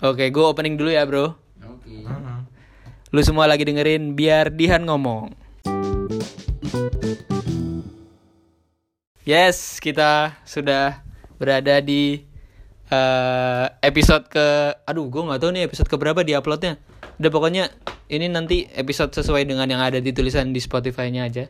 Oke, gue opening dulu ya bro. Oke. Lu semua lagi dengerin Biar Dihan Ngomong. Yes, kita sudah berada di episode ke... Aduh, gue gak tahu nih episode keberapa di uploadnya. Udah pokoknya ini nanti episode sesuai dengan yang ada di tulisan di Spotify-nya aja.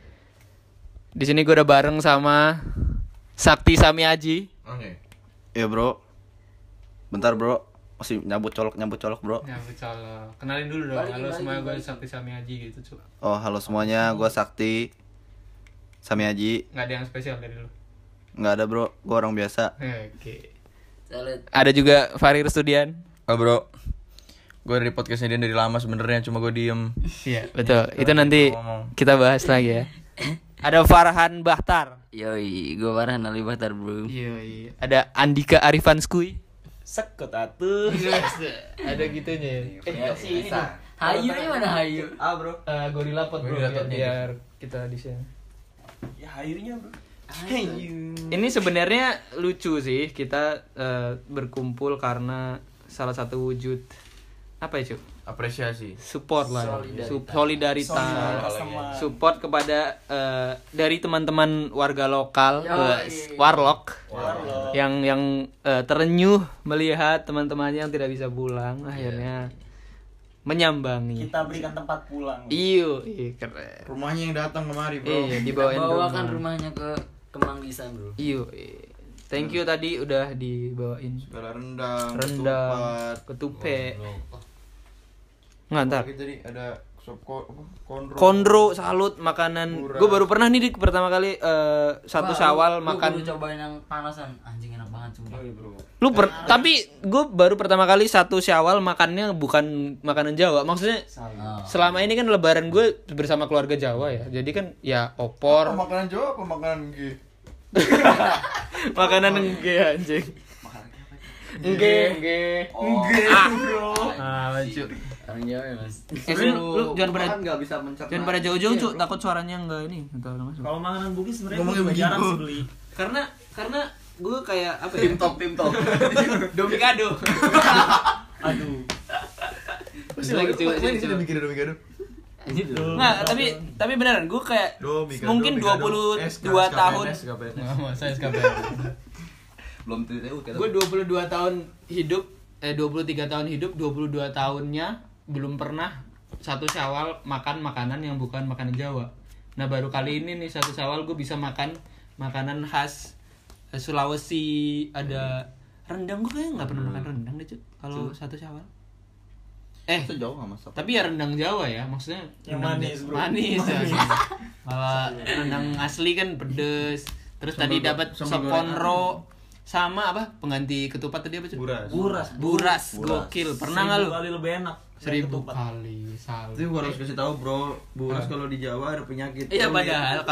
Di sini gue udah bareng sama Sakti Samiaji. Oke. Iya bro. Bentar bro. Masih nyambut colok bro. Ya betul. Kenalin dulu dong. Halo semuanya, gue Sakti Samiaji gitu cuy. Oh halo semuanya, gue Sakti Samiaji. Nggak ada yang spesial dari lu. Nggak ada bro, gue orang biasa. Oke. Salut. Ada juga Farir Studian. Oh bro, gue dari podcastnya dia dari lama sebenarnya, cuma gue diem. Iya betul. Itu nanti kita bahas lagi ya. Ada Farhan Bahtar. Yoi, gue Farhan Ali Bahtar bro. Iya. Ada Andika Arifanskui. Sekut atuh. Ada gitunya. Si ini dong. Hayunya mana Hayu? Ah bro. Gorilla Pot bro. Gorilla Pot Biar kita di sini. Ya hayunya bro. Ini sebenarnya lucu sih, kita berkumpul karena salah satu wujud apa ya, Cuk? Apresiasi. Support lah. Solidaritas. Solidaritas. Support kepada dari teman-teman warga lokal, Yoi. Warlock. Yang terenyuh melihat teman-temannya yang tidak bisa pulang, akhirnya menyambangi. Kita berikan tempat pulang. Iya, keren. Rumahnya yang datang kemari bro. Iya, dibawain Bawakan rumah. rumahnya ke Kemanggisan bro. Iya. Thank you tadi udah dibawain Segala rendang, rendang, ketupat. ketupat. Ngantar. Lagi tadi ada sop konro. Kondro, salut makanan. Murah. Gue baru pernah nih pertama kali satu Syawal Lu makan. kudu cobain yang panasan. Anjing enak banget sumpah. Tapi gue baru pertama kali satu Syawal makannya bukan makanan Jawa. Maksudnya Oh. selama ini kan lebaran gue bersama keluarga Jawa ya. Jadi kan ya opor, Makanan Jawa apa makanan G? makanan engge anjing. Engge. Bro. Ah, lucu. Orang Jawa ya mas. Lu jangan pada nggak bisa mencerna. jangan pada jauh-jauh, Cuk. Takut suaranya enggak ini, enggak masuk. Kalau makanan Bugis sebenarnya Ngomongnya gue juga begitu. jarang sih beli. Karena gue kayak apa ya? Tim top. Domikado. Aduh. Masih lagi coba. mikir domikado. Nggak, tapi beneran gue kayak mungkin 22 tahun. Nggak, masa SKP. Belum TTU kita. Gue 22 tahun hidup, 23 tahun hidup, 22 tahunnya belum pernah satu Syawal makan makanan yang bukan makanan Jawa. Nah baru kali ini nih satu Syawal gue bisa makan makanan khas Sulawesi. Ada rendang, gue kayaknya nggak pernah makan rendang deh Cuk kalau satu Syawal. Itu jauh nggak masak. Tapi ya rendang Jawa ya, maksudnya Yang rendang manis, bro. Manis. Ya. Kalau rendang asli kan pedes. Terus tadi dapat sop konro sama apa? Pengganti ketupat tadi apa Cuk? Buras. Gokil. Pernah nggak lu? 1000 kali lebih enak. 1000 ketupat. kali. Salah. Itu gue harus kasih tahu bro, buras kalau di Jawa ada penyakit. Iya padahal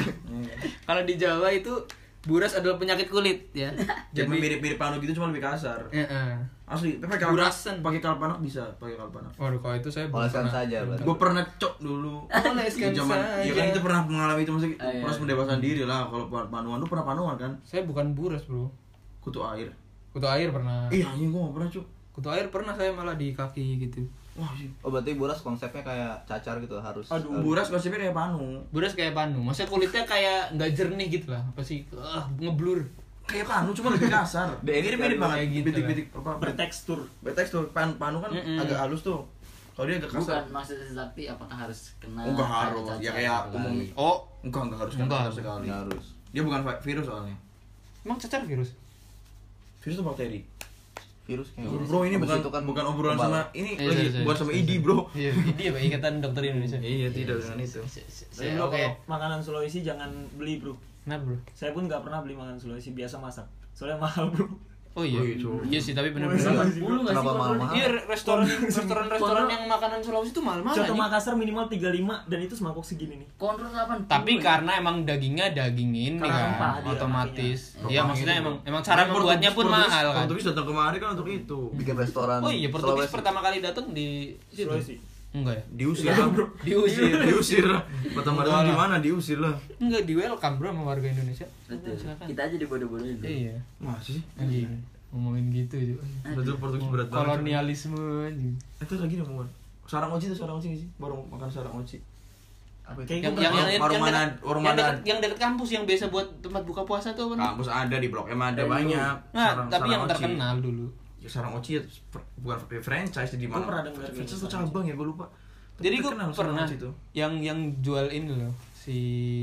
kalau di Jawa itu buras adalah penyakit kulit ya. Jadi mirip-mirip panu gitu cuma lebih kasar. Asli, tapi pakai Burasan. pakai kalpanak bisa, pakai kalpanak. Waduh, kalau itu saya Oleskan saja berarti. Gue pernah cok dulu. Oleskan Di zaman, saja. ya kan kita pernah mengalami itu maksudnya iya. proses pendewasan diri lah. Kalau panuan lu pernah panuan kan? Saya bukan buras, Bro. Kutu air. Kutu air pernah. Iya, anjing gue gak pernah cok. Kutu air pernah saya malah di kaki gitu. Wah sih. Oh berarti buras konsepnya kayak cacar gitu harus. Aduh, Buras konsepnya kayak panu. Buras kayak panu. Maksudnya kulitnya kayak nggak jernih gitu lah. Apa sih? Ngeblur. Kayak panu cuma lebih kasar. Mirip-mirip banget. Kayak gitu Bitik-bitik apa? bertekstur. Bertekstur. Panu kan agak halus tuh. Kalau dia agak Bukan kasar. maksudnya Sakti apakah harus kena? Enggak harus. cacar Ya kayak satu umum. kali? Oh, Enggak harus Enggak. kasar sekali. Nggak harus. Dia bukan virus soalnya. emang cacar virus? Virus itu bakteri. Virus kayak. Bro ini Habis bukan itu kan bukan obrolan kebal. sama ini Iya, lagi iya, bukan iya. sama ID bro. Iya, dia Pak Ikatan Dokter Indonesia. Iya tidak dengan itu. Saya bro, kalau makanan Sulawesi jangan beli bro. Kenapa, Bro? Saya pun nggak pernah beli makanan Sulawesi, biasa masak. Soalnya mahal bro. Oh iya. Oh, iya, cuy. Iya sih, tapi benar-benar. Bulu nggak sih Kenapa kalau mahal-mahal? Iya, restoran yang makanan Sulawesi itu mahal-mahal. Coto anjing. Makassar minimal 35 dan itu semangkok segini nih. kontrol 80. Tapi karena emang dagingnya daging ini Karena kan rempah dia otomatis. makanya. Iya maksudnya Rempah emang cara membuatnya pun mahal kan. Portugis datang kemari kan untuk itu. Bikin restoran. Oh iya, Portugis Sulawesi. pertama kali datang di situ. Sulawesi. Enggak ya? Diusir lah bro. Diusir. Diusir lah. Pertama datang di mana diusir lah. Enggak di welcome bro sama warga Indonesia. Betul. Silakan. Kita aja dibodoh-bodohin. Iya. Masih. Anjing. ngomongin gitu itu. Betul Portugis berat banget. Kolonialisme anjing. Itu lagi nih omongan. Sarang oci tuh, sarang oci sih. Baru makan sarang oci. Apa itu? Yang dekat kampus yang biasa buat tempat buka puasa tuh apa? Kampus ada di Blok M ada banyak. Nah, tapi yang Oci. terkenal dulu. Ya, sarang oci ya bukan franchise di Gue mana. pernah dengar Franchise tuh cabang ya, gue lupa. Tapi Jadi gue terkenal sarang pernah oci tuh. yang jual ini loh si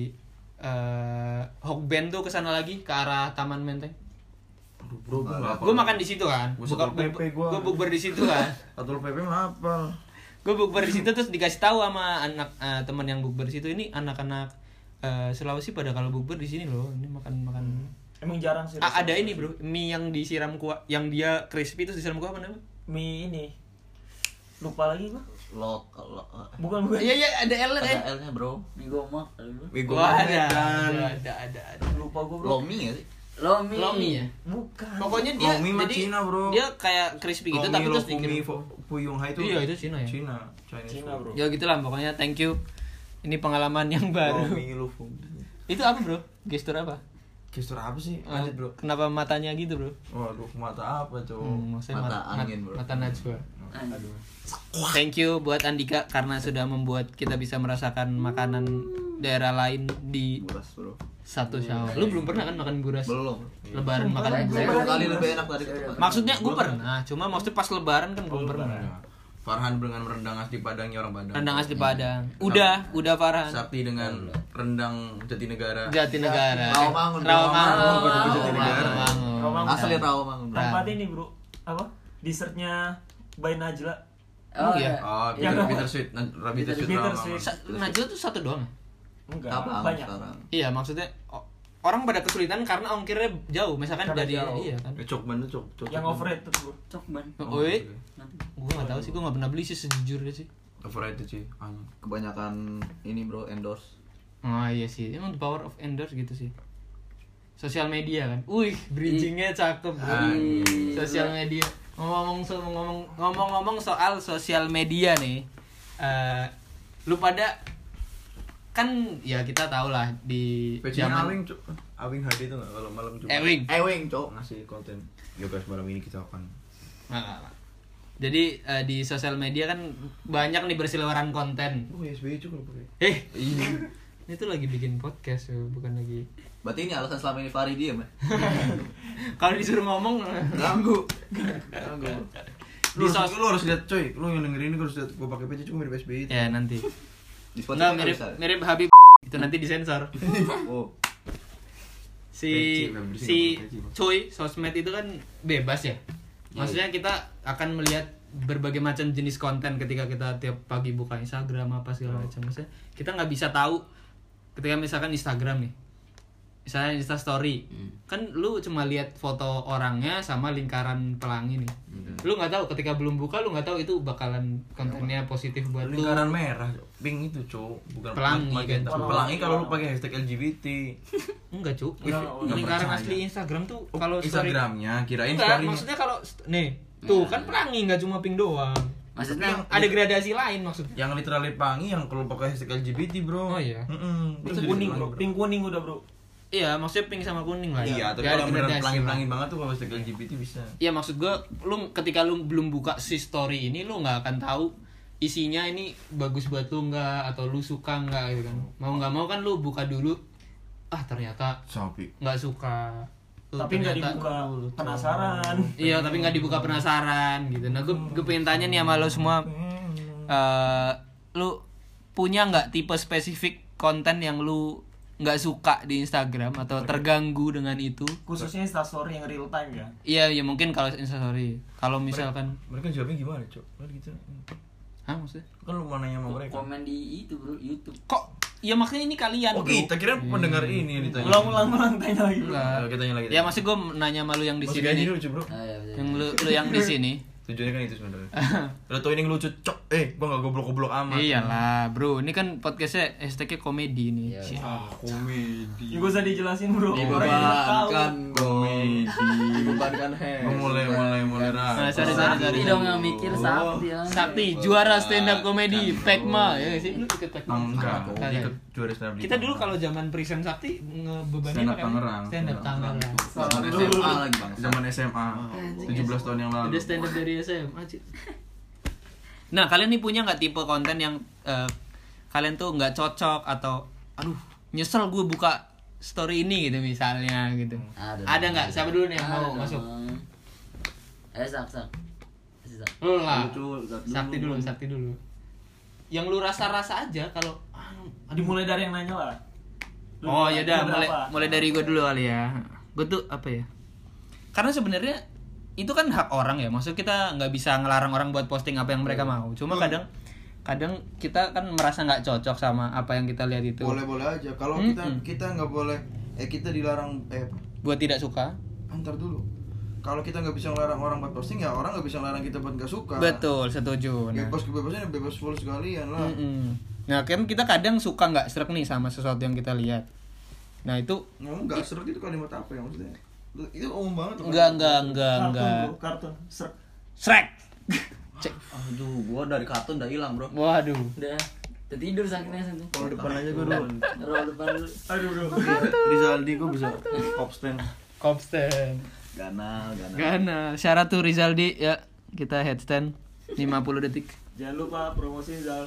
Hokben tuh kesana lagi ke arah Taman Menteng. Aduh, bro, gue nggak Gue makan di situ kan. Gua Satpol PP gua. Gue bukber di situ kan. Satpol PP mah apa? Gue bukber di situ terus dikasih tahu sama anak teman yang bukber di situ, ini anak-anak Sulawesi pada kalau bukber di sini loh. Ini makan. Emang jarang sih. Ada ini bro, mie yang disiram kuah, yang dia crispy terus disiram kuah apa namanya? Mie ini. Lupa lagi gua. Lokal. Bukan. Iya ada L kan? Ada L-nya, Bro. Mie gomak kali, Bro. Wigo Wah, Medan. ada. Lupa gua, Bro. Lomi ya sih? Lomi. Lomi ya? Bukan. Pokoknya dia Lomi mah jadi Cina, bro. dia kayak crispy gitu tapi terus dikirim. Puyung Hai itu. Iya, itu Cina ya? Chinese Cina, Bro. Ya gitulah pokoknya, thank you. Ini pengalaman yang baru. Lomi Lufung. Itu apa bro? Gestur apa? Gestur apa sih? Lanjut, bro. Kenapa matanya gitu bro? Waduh, mata apa, Cok? Maksudnya Mata angin, bro. Mata Najwa. Aduh. Thank you buat Andika karena sudah membuat kita bisa merasakan makanan daerah lain di Buras, bro. satu Syawal. Lu belum pernah kan makan buras? Belum. Lebaran makan buras. Saya kali lebih enak dari itu. Maksudnya gue pernah, cuma maksudnya pas lebaran kan belum pernah. Farhan dengan rendang asli Padangnya orang Padang. Rendang asli Padang. Udah Farhan. Sakti dengan rendang Jatinegara. Jatinegara. Rawamangun. Rawamangun. Asli Rawamangun. Tempat ini, Bro. Apa? Dessertnya by Najla. Oh iya. Oh, Yang- bittersweet, bittersweet Bittersweet. Najwa tuh satu doang. Enggak, Apa banyak. sekarang? Iya, maksudnya orang pada kesulitan karena ongkirnya jauh. Misalkan Karena dari jauh. iya kan. Cok banget, Cok. Yang overrated, Bro. Cokban. Oi. Gua enggak tahu sih, gua enggak pernah beli sih sejujurnya sih. Overrated sih. Anjing. Kebanyakan ini, bro, endorse. Oh iya sih, emang the power of endorse gitu sih. Sosial media kan. Wih, bridgingnya cakep bro. Sosial media. Ngomong-ngomong soal sosial media nih. Lu pada kan ya kita tahu lah di Pecinya Awing, Cok. Awing HD itu enggak kalau malam Jumat. Ewing. Ewing, cok. Ngasih konten. Ya guys, malam ini kita akan Jadi di sosial media kan banyak nih berseliweran konten. Oh, SBY Cok kalau pakai. Ini tuh lagi bikin podcast bukan lagi. Berarti ini alasan selama ini Fahri diem ya? Kalau disuruh ngomong Ganggu. Di sos- Lu harus lihat, coy. Lu yang dengerin ini harus lihat gua pakai PC cuma mirip SBY itu. ya nanti. Di Spotify Enggak nggak mirip bisa. mirip Habib itu nanti disensor. Oh. Si Peci, cuy sosmed itu kan bebas ya. Maksudnya kita akan melihat berbagai macam jenis konten ketika kita tiap pagi buka Instagram apa segala macam. Maksudnya kita nggak bisa tahu ketika misalkan Instagram nih. Misalnya Insta story. Kan lu cuma lihat foto orangnya sama lingkaran pelangi nih. Lu nggak tahu ketika belum buka lu nggak tahu itu bakalan kontennya positif buat lu. Lingkaran merah, pink itu, Cok. Bukan Pelangi, magenta. kan, Cok. Pelangi kalau lu pakai hashtag LGBT. Enggak, Cuk. Nggak Lingkaran percaya. asli Instagram tuh kalau story Instagramnya, kirain enggak, story-nya. maksudnya kalau nih, tuh kan pelangi nggak cuma pink doang. Maksudnya Ada gradasi lain maksudnya. Yang literally pelangi yang kalau pakai hashtag LGBT, Bro. Oh, iya. Itu kuning, Bro. Pink kuning udah, Bro. Iya, maksudnya pink sama kuning lah. Iya, tapi Nggak ada kalau beneran gradasi pelangi-pelangi lah. banget tuh kalau hashtag LGBT bisa. Iya, maksud gua lu ketika lu belum buka si story ini lu nggak akan tahu isinya ini bagus buat lu nggak atau lu suka nggak gitu kan. Mau nggak mau kan lu buka dulu. Ah, ternyata Sapi. nggak suka. Tuh, Tapi nggak ternyata- dibuka penasaran. Iya, tapi nggak dibuka penasaran gitu. Nah, gue pengen tanya nih sama lo semua, lu punya nggak tipe spesifik konten yang lu nggak suka di Instagram atau terganggu dengan itu? Khususnya Instastory yang real time ya. Iya, ya mungkin kalau Instastory. Kalau misalkan, Mereka jawabnya gimana, Cok? Kan gitu. hah maksudnya? Kan lu mau nanya sama mereka. komen di itu, Bro, YouTube. Kok? Ya maksudnya ini kalian. Oh, bro. kita kira pendengar ini yang ditanya. Ulang tanya lagi, Bro. Enggak. Kita tanya lagi. Ya maksud gue nanya sama lu yang di Masih sini. gaji nih. lucu, Bro. Ah, ya, betul. Yang lu yang di sini. Tujuannya kan itu sebenarnya. Kalau tau ini ngelucu, Cok. Gua enggak goblok-goblok amat. Iyalah, bro. Ini kan podcastnya hashtagnya komedi nih. Iya. Cie. Komedi. Ya gak usah dijelasin, Bro. Orang juga tahu. Dibebankan, Bro. Dibebankan hand. Gue mulai Nah, sorry. Sakti dong yang mikir Sakti ya. Sakti juara stand up comedy Pekma ya nggak sih, lu ikut Pekma? Enggak, Kagak. ikut juara stand up di Kita dulu kalau zaman present Sakti ngebebannya Stand up pakai Tangerang. stand up Tangerang. Zaman SMA lagi bang. zaman SMA 17 tahun yang lalu. Udah stand up dari SMA Cik. Nah, kalian nih punya nggak tipe konten yang kalian tuh nggak cocok atau aduh nyesel gue buka story ini gitu misalnya gitu. Ada nggak? Siapa dulu nih yang mau masuk? Sak. Lu lah. Lucu, Sakti dulu. Yang lu rasa-rasa aja kalau Dimulai dari yang nanya lah. Lu oh ya udah berapa? mulai dari gue dulu kali ya. Gue tuh apa ya? Karena sebenarnya itu kan hak orang ya. Maksud kita nggak bisa ngelarang orang buat posting apa yang mereka mau. Cuma kadang kita kan merasa nggak cocok sama apa yang kita lihat itu. Boleh aja. Kalau kita nggak boleh kita dilarang Buat tidak suka. antar dulu. Kalau kita nggak bisa ngelarang orang buat posting ya orang nggak bisa ngelarang kita buat nggak suka. Betul, setuju. Nah. Kebebasannya bebas full sekalian lah. Nah, kan kita kadang suka nggak srek nih sama sesuatu yang kita lihat. Nah, itu Nggak seru itu kalimat apa ya maksudnya? Itu umum banget. enggak. Kartun. Srek. Srek. Cek. Aduh, gua dari kartun udah hilang bro. Waduh. Udah tertidur Saktinya satu. Kalau depan aja gue dulu. Roll depan dulu. Aduh bro. Rizaldi gue bisa kopsten. Kopsten. Gana. Syarat tuh Rizaldi ya. Kita headstand 50 detik. Jangan lupa promosiin Zal.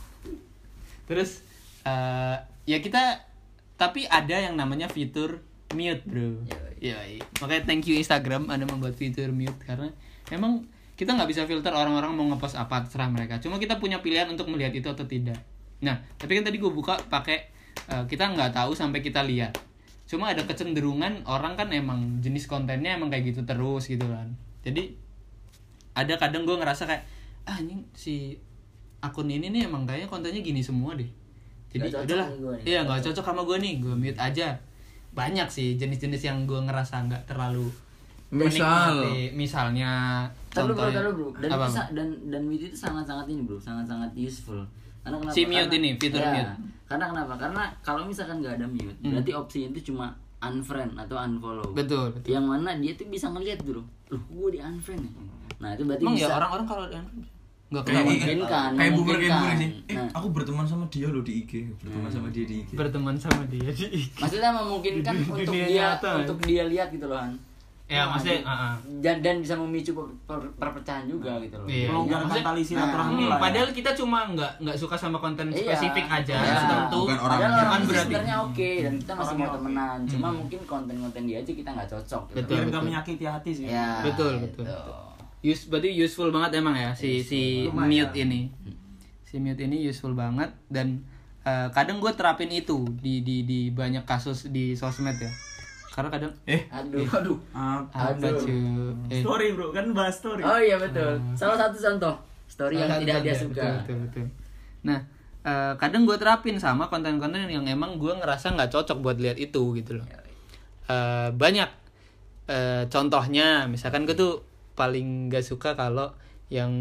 Terus ya kita tapi ada yang namanya fitur mute, bro. Iya. Makanya thank you Instagram Anda membuat fitur mute karena memang kita nggak bisa filter orang-orang mau ngepost apa terserah mereka. Cuma kita punya pilihan untuk melihat itu atau tidak. Nah, tapi kan tadi gue buka pakai kita nggak tahu sampai kita lihat. Cuma ada kecenderungan orang kan emang jenis kontennya emang kayak gitu terus gitu kan. Jadi ada kadang gue ngerasa kayak ini si akun ini nih emang kayaknya kontennya gini semua deh. Jadi Gak cocok udahlah. sama gua nih. Iya nggak cocok sama gue nih, gue mute aja. Banyak sih jenis-jenis yang gue ngerasa nggak terlalu menikmati. Misalnya Taruh contohnya bro. Dan apa? bisa dan mute itu sangat-sangat ini bro, sangat-sangat useful. Karena kenapa? Si mute ini, fitur mute. Karena kenapa? Karena kalau misalkan nggak ada mute, berarti opsinya itu cuma unfriend atau unfollow. Betul. Yang mana dia tuh bisa ngeliat bro, loh gue di unfriend ya. Nah itu berarti Emang bisa. ya orang-orang kalau nggak Kayak Memungkinkan, kayak boomer memungkinkan. sih. Nah. Aku berteman sama dia loh di IG. Berteman sama dia di IG. berteman sama dia di IG. Maksudnya memungkinkan Di untuk dunia dia nyata, untuk dia lihat gitu loh Han. Ya maksudnya Dan bisa memicu perpecahan juga gitu loh. Iya. Melonggarkan Maksudnya- tali silaturahmi lah. ya. Padahal kita cuma nggak suka sama konten Iya. spesifik aja Iya. tertentu. Bukan orang Padahal yang orang itu berarti. sebenarnya oke dan kita masih Orangnya mau oke. temenan. Cuma mungkin konten-konten dia aja kita nggak cocok. Gitu. Betul. Biar nggak menyakiti hati sih. Ya, Betul. gitu. Berarti useful banget emang ya si Lumayan. mute ini. Si mute ini useful banget dan kadang gue terapin itu di banyak kasus di sosmed ya. Karena kadang Aduh. apa cuy? Story bro, kan bahas story. Oh iya betul. Salah satu contoh story yang tidak dia suka. Betul. Nah, kadang gue terapin sama konten-konten yang emang gue ngerasa nggak cocok buat lihat itu gitu loh. Banyak contohnya, misalkan gue tuh paling nggak suka kalau yang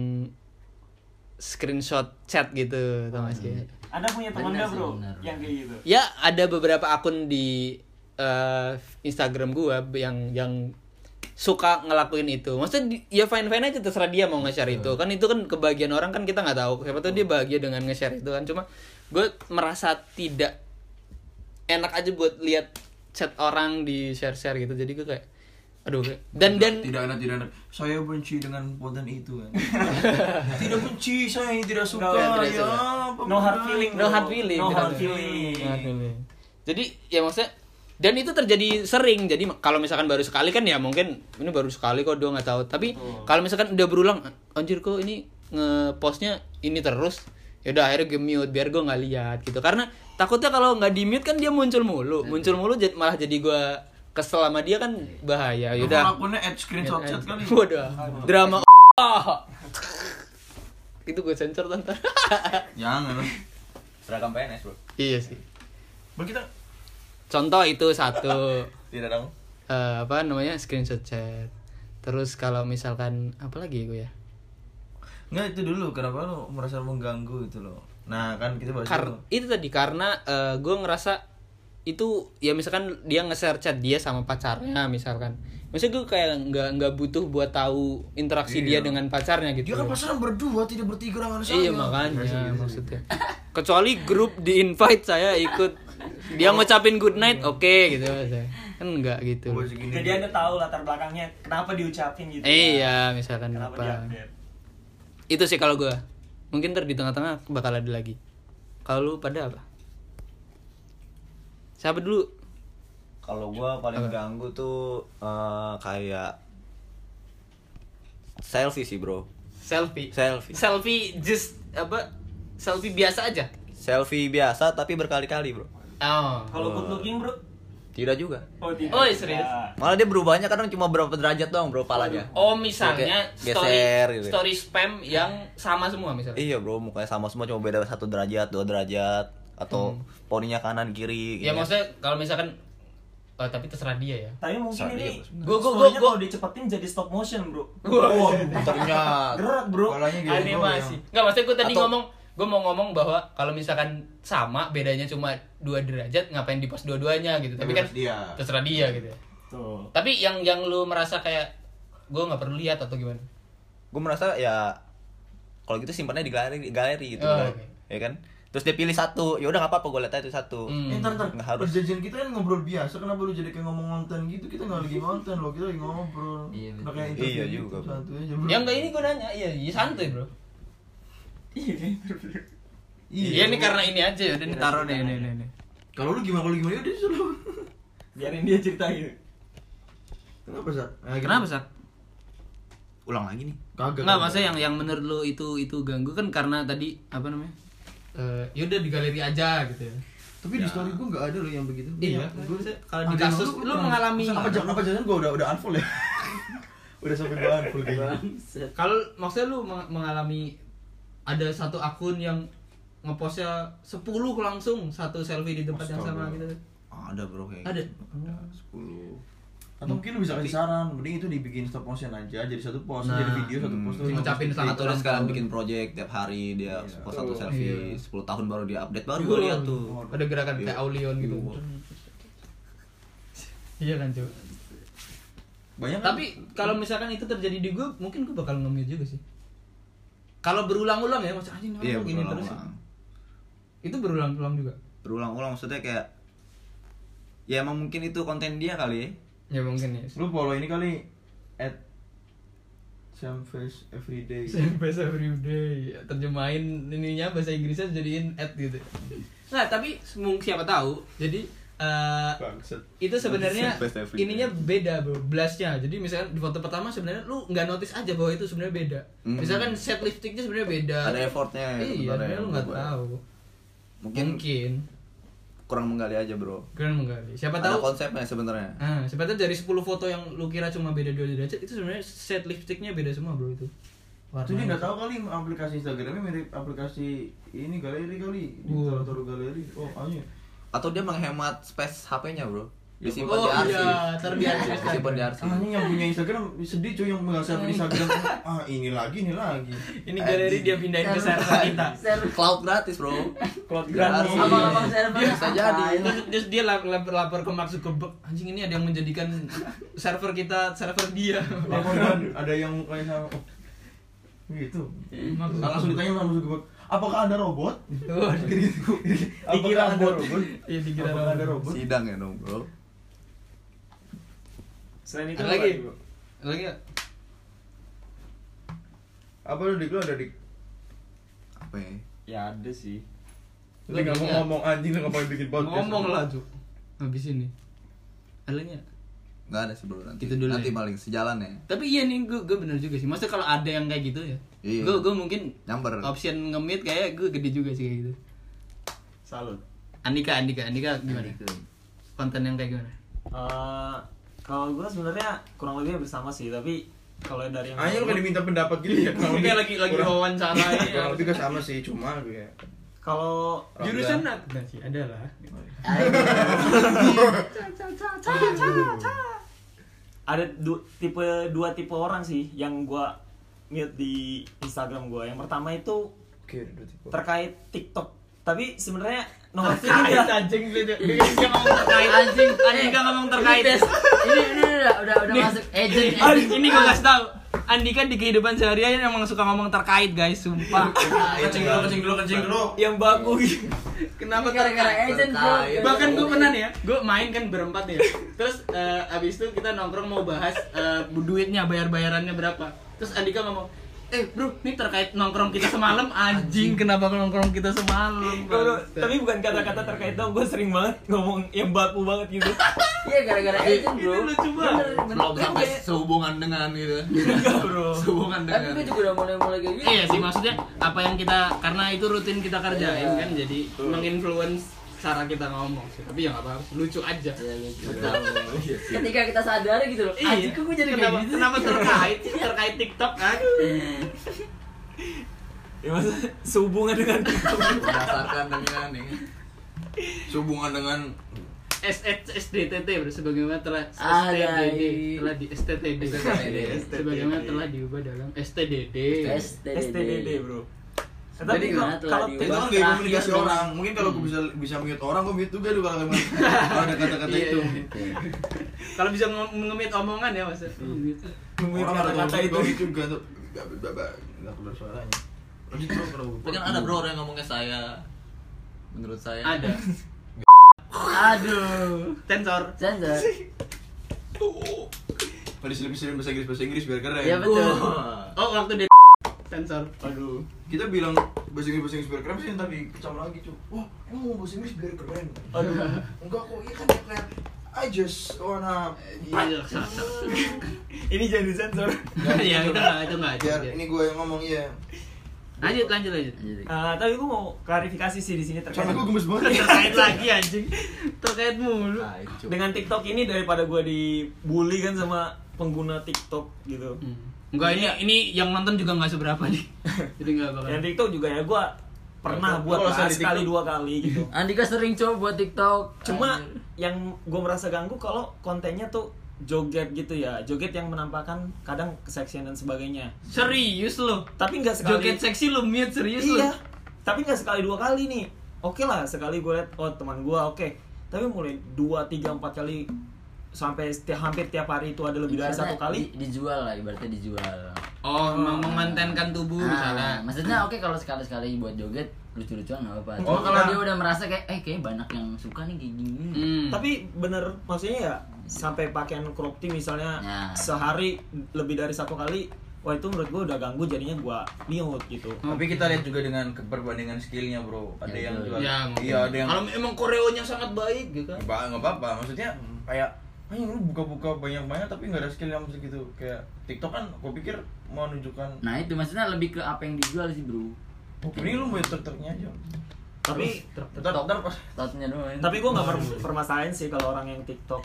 screenshot chat gitu, tau gak sih? Ada punya teman Benar nggak sih, bro benar. yang kayak gitu? Ya ada beberapa akun di Instagram gua yang suka ngelakuin itu. Maksudnya ya fine aja terserah dia mau nge-share itu. Kan itu kan kebahagiaan orang kan kita nggak tahu. Siapa tahu dia bahagia dengan nge-share itu kan. Cuma gue merasa tidak enak aja buat lihat chat orang di share-share gitu. Jadi gue kayak aduh dan tidak enak. Saya benci dengan konten itu kan. Tidak benci, saya tidak suka. Tidak Ya, No hard feeling. no bro. hard feeling. No tidak hard ada. feeling. No hard feeling. Jadi ya maksudnya dan itu terjadi sering. Jadi kalau misalkan baru sekali kan ya mungkin ini baru sekali kok dia nggak tahu. Tapi kalau misalkan udah berulang, anjir kok ini nge-postnya ini terus. Ya udah akhirnya gue mute biar gue nggak lihat gitu. Karena takutnya kalau nggak di mute kan dia muncul mulu malah jadi gue kesel sama dia kan bahaya. Ya udah. Akunnya add screenshot chat kali. Waduh. Drama. Itu gue sensor tante. Jangan. Seragam PNS bro. Iya sih. Kita Contoh itu satu. Tidak dong. Apa namanya screenshot chat. Terus kalau misalkan apa lagi gue ya? Enggak itu dulu kenapa lu merasa mengganggu itu loh. Nah, kan kita bahas dulu. Itu tadi karena gue ngerasa itu ya misalkan dia nge-share chat dia sama pacarnya misalkan. Maksudnya gue kayak nggak butuh buat tahu interaksi dia dengan pacarnya gitu. Dia kan pacaran berdua, tidak bertiga dengan saya. Iya makanya maksudnya. Kecuali grup di invite saya ikut. Dia ngucapin good night, oke gitu maksudnya. Kan enggak gitu. Jadi Anda tahu latar belakangnya kenapa diucapin gitu. Iya, misalkan Kenapa apa. di-update. Itu sih kalau gue. Mungkin ntar di tengah-tengah bakal ada lagi. Kalau lu pada apa? Siapa dulu? Kalau gua paling ganggu tuh kayak selfie sih, bro. Selfie. Selfie. Selfie just apa? Selfie biasa aja. Selfie biasa tapi berkali-kali, bro. Oh. Kalau good looking, Bro? Tidak juga. Oh, tidak. Oh, serius? Malah dia berubahnya kadang cuma berapa derajat doang, bro, palanya. Oh, misalnya Kayak story geser gitu. story spam yang sama semua misalnya. Iya, bro, mukanya sama semua cuma beda 1 derajat, 2 derajat atau poninya kanan kiri Ya gitu. maksudnya kalau misalkan tapi terserah dia ya. Tapi mungkin Saat ini dia, Gua- story-nya kalau dicepetin jadi stop motion, Bro. Wah, ternyata. Gerak, Bro. Kepalanya gitu, Animasi. bro, Enggak, maksudnya Atau- gue mau ngomong bahwa kalau misalkan sama bedanya cuma 2 derajat ngapain di post dua-duanya gitu. Tapi kan dia. terserah dia gitu. Tuh. Tapi yang lu merasa kayak gue nggak perlu lihat atau gimana? Gue merasa ya kalau gitu simpannya di galeri gitu, Oh, bro. oke. Ya kan? Terus dia pilih satu, ya udah nggak apa-apa, gue lihat aja itu satu. Ntar Nggak harus. perjanjian kita kan ngobrol biasa, kenapa lu jadi kayak ngomong nonton gitu? Kita nggak lagi nonton loh, kita lagi ngobrol. Iya, Udah betul. kayak interview Iya gitu, juga, bro. santuy aja, bro. Ya enggak, ini gue nanya, iya santuy bro. Iya, ini karena ini aja ya, udah nih taruh nih, nih. Kalau lu gimana ya udah selalu. Biarin dia ceritain. Kenapa, Sak? Kenapa Sak? Ulang lagi nih. Kagak. Enggak, maksudnya yang menurut lu itu ganggu kan karena tadi apa namanya? Ya udah di galeri aja gitu ya. Tapi di story gua nggak ada loh yang begitu. Iya, Gua- kalau di ada yang kasus lu lu pernah- mengalami apa jangan gua udah unfollow ya? Udah sampai gua unfollow kayaknya. Bangsat. kalau maksudnya lu mengalami ada satu akun yang ngepostnya 10 langsung satu selfie di tempat yang sama gitu. Ada, bro, kayak Ada. gitu. 10. Atau mungkin lu bisa kasih saran, mending itu dibikin stop motion aja, jadi satu post, Nah, jadi video satu post. terus ngucapin nge-post selamat gitu. Terus ulang sekarang tahun. bikin project tiap hari dia post satu selfie, Iya. 10 tahun baru dia update, baru gue lihat tuh. Ada gerakan kayak Iya. Aulion gitu. Iya. Iya kan, cuy. Banyak kan? Tapi kalau misalkan itu terjadi di gue, mungkin gue bakal nge-mute juga sih. Kalau berulang-ulang ya, maksudnya anjing Iya, orang gini terus. berulang-ulang. Itu berulang-ulang juga. Berulang-ulang maksudnya kayak ya emang mungkin itu konten dia kali ya. Ya mungkin ya. Lu follow ini kali same face everyday. Bahasa everyday. Terjemahin ininya bahasa Inggrisnya jadiin at gitu. Nah, tapi siapa tahu. Jadi Bangsat. itu sebenarnya Best everyday. ininya beda bro, blastnya. Jadi misalkan di foto pertama sebenarnya lu nggak notice aja bahwa itu sebenarnya beda. Misalkan set lipstiknya sebenarnya beda. Ada effortnya ya, Iya, sebenarnya sebenarnya lu nggak buat- tahu. Mungkin Mungkin kurang menggali aja, bro. keren menggali. Siapa Ada tahu konsepnya sebenarnya. siapa tahu dari 10 foto yang lu kira cuma beda 2 derajat itu sebenarnya set lipstiknya beda semua bro itu. Itu dia nggak tahu kali aplikasi Instagramnya mirip aplikasi ini galeri kali. Wah. Taruh galeri. Oh, ayo. Atau dia menghemat space HP-nya, bro. Disimpan Oh di arsip. iya, terbiasa. Disimpan di arsip. Hanya yang punya Instagram sedih cuy yang megang selfie Instagram. Ini lagi. Ini galeri dia pindahin ke server kita. Cloud gratis, bro. Cloud Di gratis. arsip. Abang-abang server Bisa jadi. Terus dia lapor ke Mark Zuckerberg, anjing ini ada yang menjadikan server kita server dia. Laporan ada yang kayak sama. Oh, gitu. Mark Langsung ditanya sama Zuckerberg, apakah Anda robot? Zuckerberg. Gitu. Dikira Apakah Anda robot. robot? Iya, dikira Apakah Anda robot. robot? Sidang ya dong, bro. Selain itu Ada apa lagi? Bro? Lagi ya? Apa lu dik lu ada dik? Apa ya? Ya ada sih. Lu nggak mau ngomong anjing lu ngapain bikin podcast? Ngomong lah, Cuk. Habis ini. Ada lagi nggak? Nggak ada sih, bro, nanti. Itu dulu Nanti ya? paling sejalan ya. Tapi iya nih, gue bener juga sih. Maksudnya kalau ada yang kayak gitu ya, Iya. gue mungkin Nyamber. option nge-meet kayak gue gede juga sih kayak gitu. Salut. Andika gimana? Konten yang kayak gimana? Kalau gue sebenarnya kurang lebih hampir sama sih, tapi kalau dari yang Hanya lu kayak diminta pendapat gitu ya. Kayak lagi wawancara ini. Kurang lebih kan sama sih, cuma gue ya. kalau Jurusan apa sih? Ada lah. ada dua tipe orang sih yang gue mute di Instagram gue. Yang pertama itu Oke, udah tipe. terkait TikTok. Tapi sebenarnya nomor terkait ketiga. anjing gitu. Dia ngomong terkait. Anjing, Andika ngomong terkait. Ini udah Nih. masuk agent. Ini gue kasih tahu. Andika di kehidupan sehari-hari emang suka ngomong terkait guys, sumpah. Kencing dulu. Yang baku. Kenapa Gara-gara agent, bro. Bahkan gue pernah nih ya, gue main kan berempat ya. Terus abis itu kita nongkrong mau bahas duitnya, bayar-bayarannya berapa. Terus Andika ngomong, bro, ini terkait nongkrong kita semalam. Anjing, kenapa nongkrong kita semalam? Bro, tapi bukan kata-kata terkait dong, gue sering banget ngomong yang baku banget gitu. Iya, gara-gara agent, bro. Ini lucu banget. Belum sampai sehubungan dengan gitu. Enggak, bro. Sehubungan Tapi dengan. gue juga udah mulai kayak gitu. Iya sih, maksudnya apa yang kita, karena itu rutin kita kerjain kan, jadi menginfluence cara kita ngomong sih. Tapi ya nggak apa-apa, lucu aja. Iya, gitu. Ketika kita sadar gitu loh. Anjing, kok gue jadi kenapa, kayak gitu? kenapa terkait TikTok kan? Ya masa sehubungan dengan Berdasarkan dengan nih. Sehubungan dengan SDTT sebagaimana telah Alay. telah di STTD sebagaimana telah diubah dalam STDD. STDD, bro. Jadi gimana telah kalau Itu diubah? kan gaya komunikasi orang. Mungkin kalau gue bisa mute orang, gue mute juga tuh kalau ada kata-kata Iya. itu. Kalau bisa ngemit omongan ya mas. Orang ada kata-kata itu. juga tuh. Nggak keluar suaranya. Lanjut bro, kalau Tapi kan ada bro orang yang ngomongnya saya. Menurut saya. Ada. Aduh. Sensor. Sensor. Kalau diselipin bahasa Inggris biar keren. Iya betul. Oh waktu dia sensor. Aduh, kita bilang bahasa Inggris biar keren sih, ntar dikecam lagi cuy. Wah, emang mau bahasa Inggris biar keren? Aduh. Enggak kok, iya kan ya keren. I just wanna. Iya. Ini jangan disensor. Iya itu nggak. Biar ini gue yang ngomong iya. Lanjut. Tapi gue mau klarifikasi sih di sini terkait Sampai gue gemes banget. Terkait lagi anjing. Terkait mulu. dengan TikTok ini, daripada gue dibully kan sama pengguna TikTok gitu. Enggak, ini yang nonton juga nggak seberapa nih. Jadi nggak bakal. Yang TikTok juga ya gue pernah buat Kalau lah, di sekali TikTok. 2 kali gitu. Andika sering coba buat TikTok. Cuma yang gue merasa ganggu kalau kontennya tuh joget gitu ya, joget yang menampakkan kadang keseksian dan sebagainya. Serius lo? Tapi nggak sekali. Joget seksi lo mute serius lo? Iya. Tapi nggak sekali 2 kali nih. Oke lah, sekali gue liat, oh teman gue oke. Tapi mulai 2, 3, 4 kali sampai hampir tiap hari itu ada lebih dari 1 kali. Dijual lah, ibaratnya dijual. Oh, memantenkan tubuh misalnya. Maksudnya oke kalau sekali-sekali buat joget lucu-lucuan nggak apa-apa. Cuma Oh, kalau nah. dia udah merasa kayak kayak banyak yang suka nih kayak gini. Tapi bener, maksudnya ya sampai pakaian crop tee misalnya Ya. sehari lebih dari 1 kali, wah itu menurut gue udah ganggu, jadinya gue mute gitu. Tapi kita lihat juga dengan perbandingan skillnya bro. Ada Ya, yang betul. jual. Ya, Iya ada yang. kalau emang koreonya sangat baik gitu kan. Nggak apa-apa. Maksudnya kayak lu buka-buka banyak-banyak tapi nggak ada skill yang segitu. Kayak TikTok kan, gue pikir mau nunjukkan. Nah itu maksudnya lebih ke apa yang dijual sih bro. Ini lu mau tek-teknya aja. Tapi Ntar pas. Tatnya doang. tapi gue nggak permasalahin sih kalau orang yang TikTok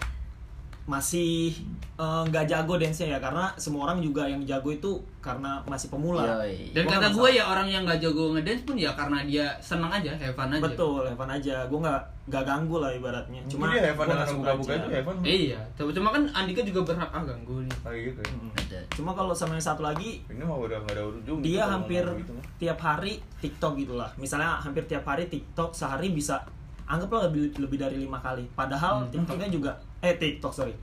masih nggak jago dance-nya ya, karena semua orang juga yang jago itu karena masih pemula. Yoi. Dan Gua kata nggak gue ya orang yang nggak jago ngedance pun ya karena dia seneng aja, have fun aja. Betul, Evan aja. Gue nggak ganggu lah ibaratnya. Cuma Cuma dia Evan gua dengan nggak suka buka-buka aja. itu Evan. Iya, cuma kan Andika juga berhak ganggu nih. Kayak gitu ya. Ada. Cuma kalau sama yang satu lagi, Ini mah udah nggak ada ujung. dia gitu, hampir kalau ngomong gitu mah. tiap hari TikTok gitulah. Misalnya hampir tiap hari TikTok, sehari bisa anggaplah lebih dari 5 kali. Padahal TikToknya juga TikTok sorry.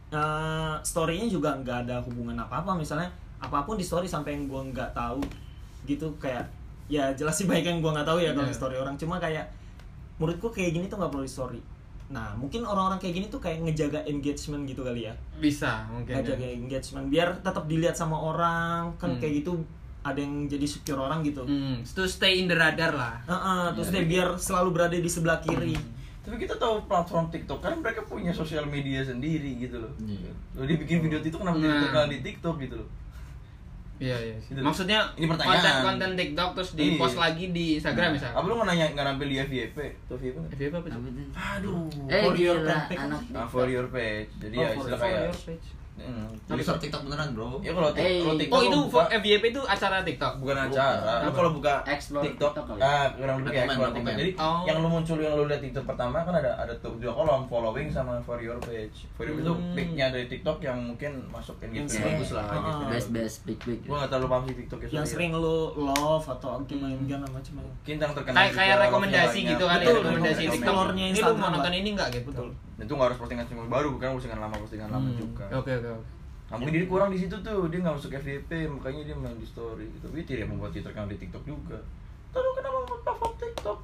Story-nya juga nggak ada hubungan apa-apa, misalnya apapun di story sampai yang gue nggak tahu gitu, kayak ya jelas sih banyak yang gue nggak tahu ya kalau di story orang, cuma kayak menurutku kayak gini tuh nggak perlu di story. Nah mungkin orang-orang kayak gini tuh kayak ngejaga engagement gitu kali ya, Bisa mungkin. ngejaga engagement biar tetap dilihat sama orang kan. Kayak gitu ada yang jadi secure orang gitu. To stay in the radar lah. Terus dia biar selalu berada di sebelah kiri. Tapi kita tahu platform TikTok kan mereka punya sosial media sendiri gitu loh. Iya. Loh, dia bikin video itu kenapa jadi terkenal di TikTok gitu loh. Iya. Gitu. Maksudnya Ini pertanyaan. konten TikTok terus di post Iya. lagi di Instagram misalnya. Apa lu nggak nampil di FYP? Tuh FYP nggak? FYP apa sih? Apa itu? Aduh. For your Gila, page. anak Nah, for your page. Jadi ya istilah For kayak your page. Jadi short TikTok beneran, bro. Ya kalau Hey. kalau TikTok Oh itu lu buka, FYP itu acara TikTok. bukan acara. Lu kalau buka Explore TikTok, TikTok kali. kurang lebih kayak Rekomen, explore rekomen. TikTok. Jadi Oh. yang lu muncul yang lu lihat itu pertama kan ada tuh dua kolom, following sama for your page. For your page itu pick-nya dari TikTok yang mungkin masukin gitu Yang bagus lah gitu. Best pick. Gua enggak terlalu paham sih TikTok ya. Yang sorry. sering lu love atau gimana macam Mungkin yang terkenal Kayak juga, rekomendasi love-nya gitu banyak. kali ya, Betul, rekomendasi betul. TikTok. Explore-nya Ini lu Instagram, mau nonton Pak. ini enggak gitu? Betul. Itu nggak harus postingan single baru, bukan postingan lama juga. Oke. Nah, mungkin dia kurang di situ tuh, dia nggak masuk FYP, makanya dia main di story. Tapi tidak membuat dia terkenal di TikTok juga. Tahu kenapa membuat platform TikTok?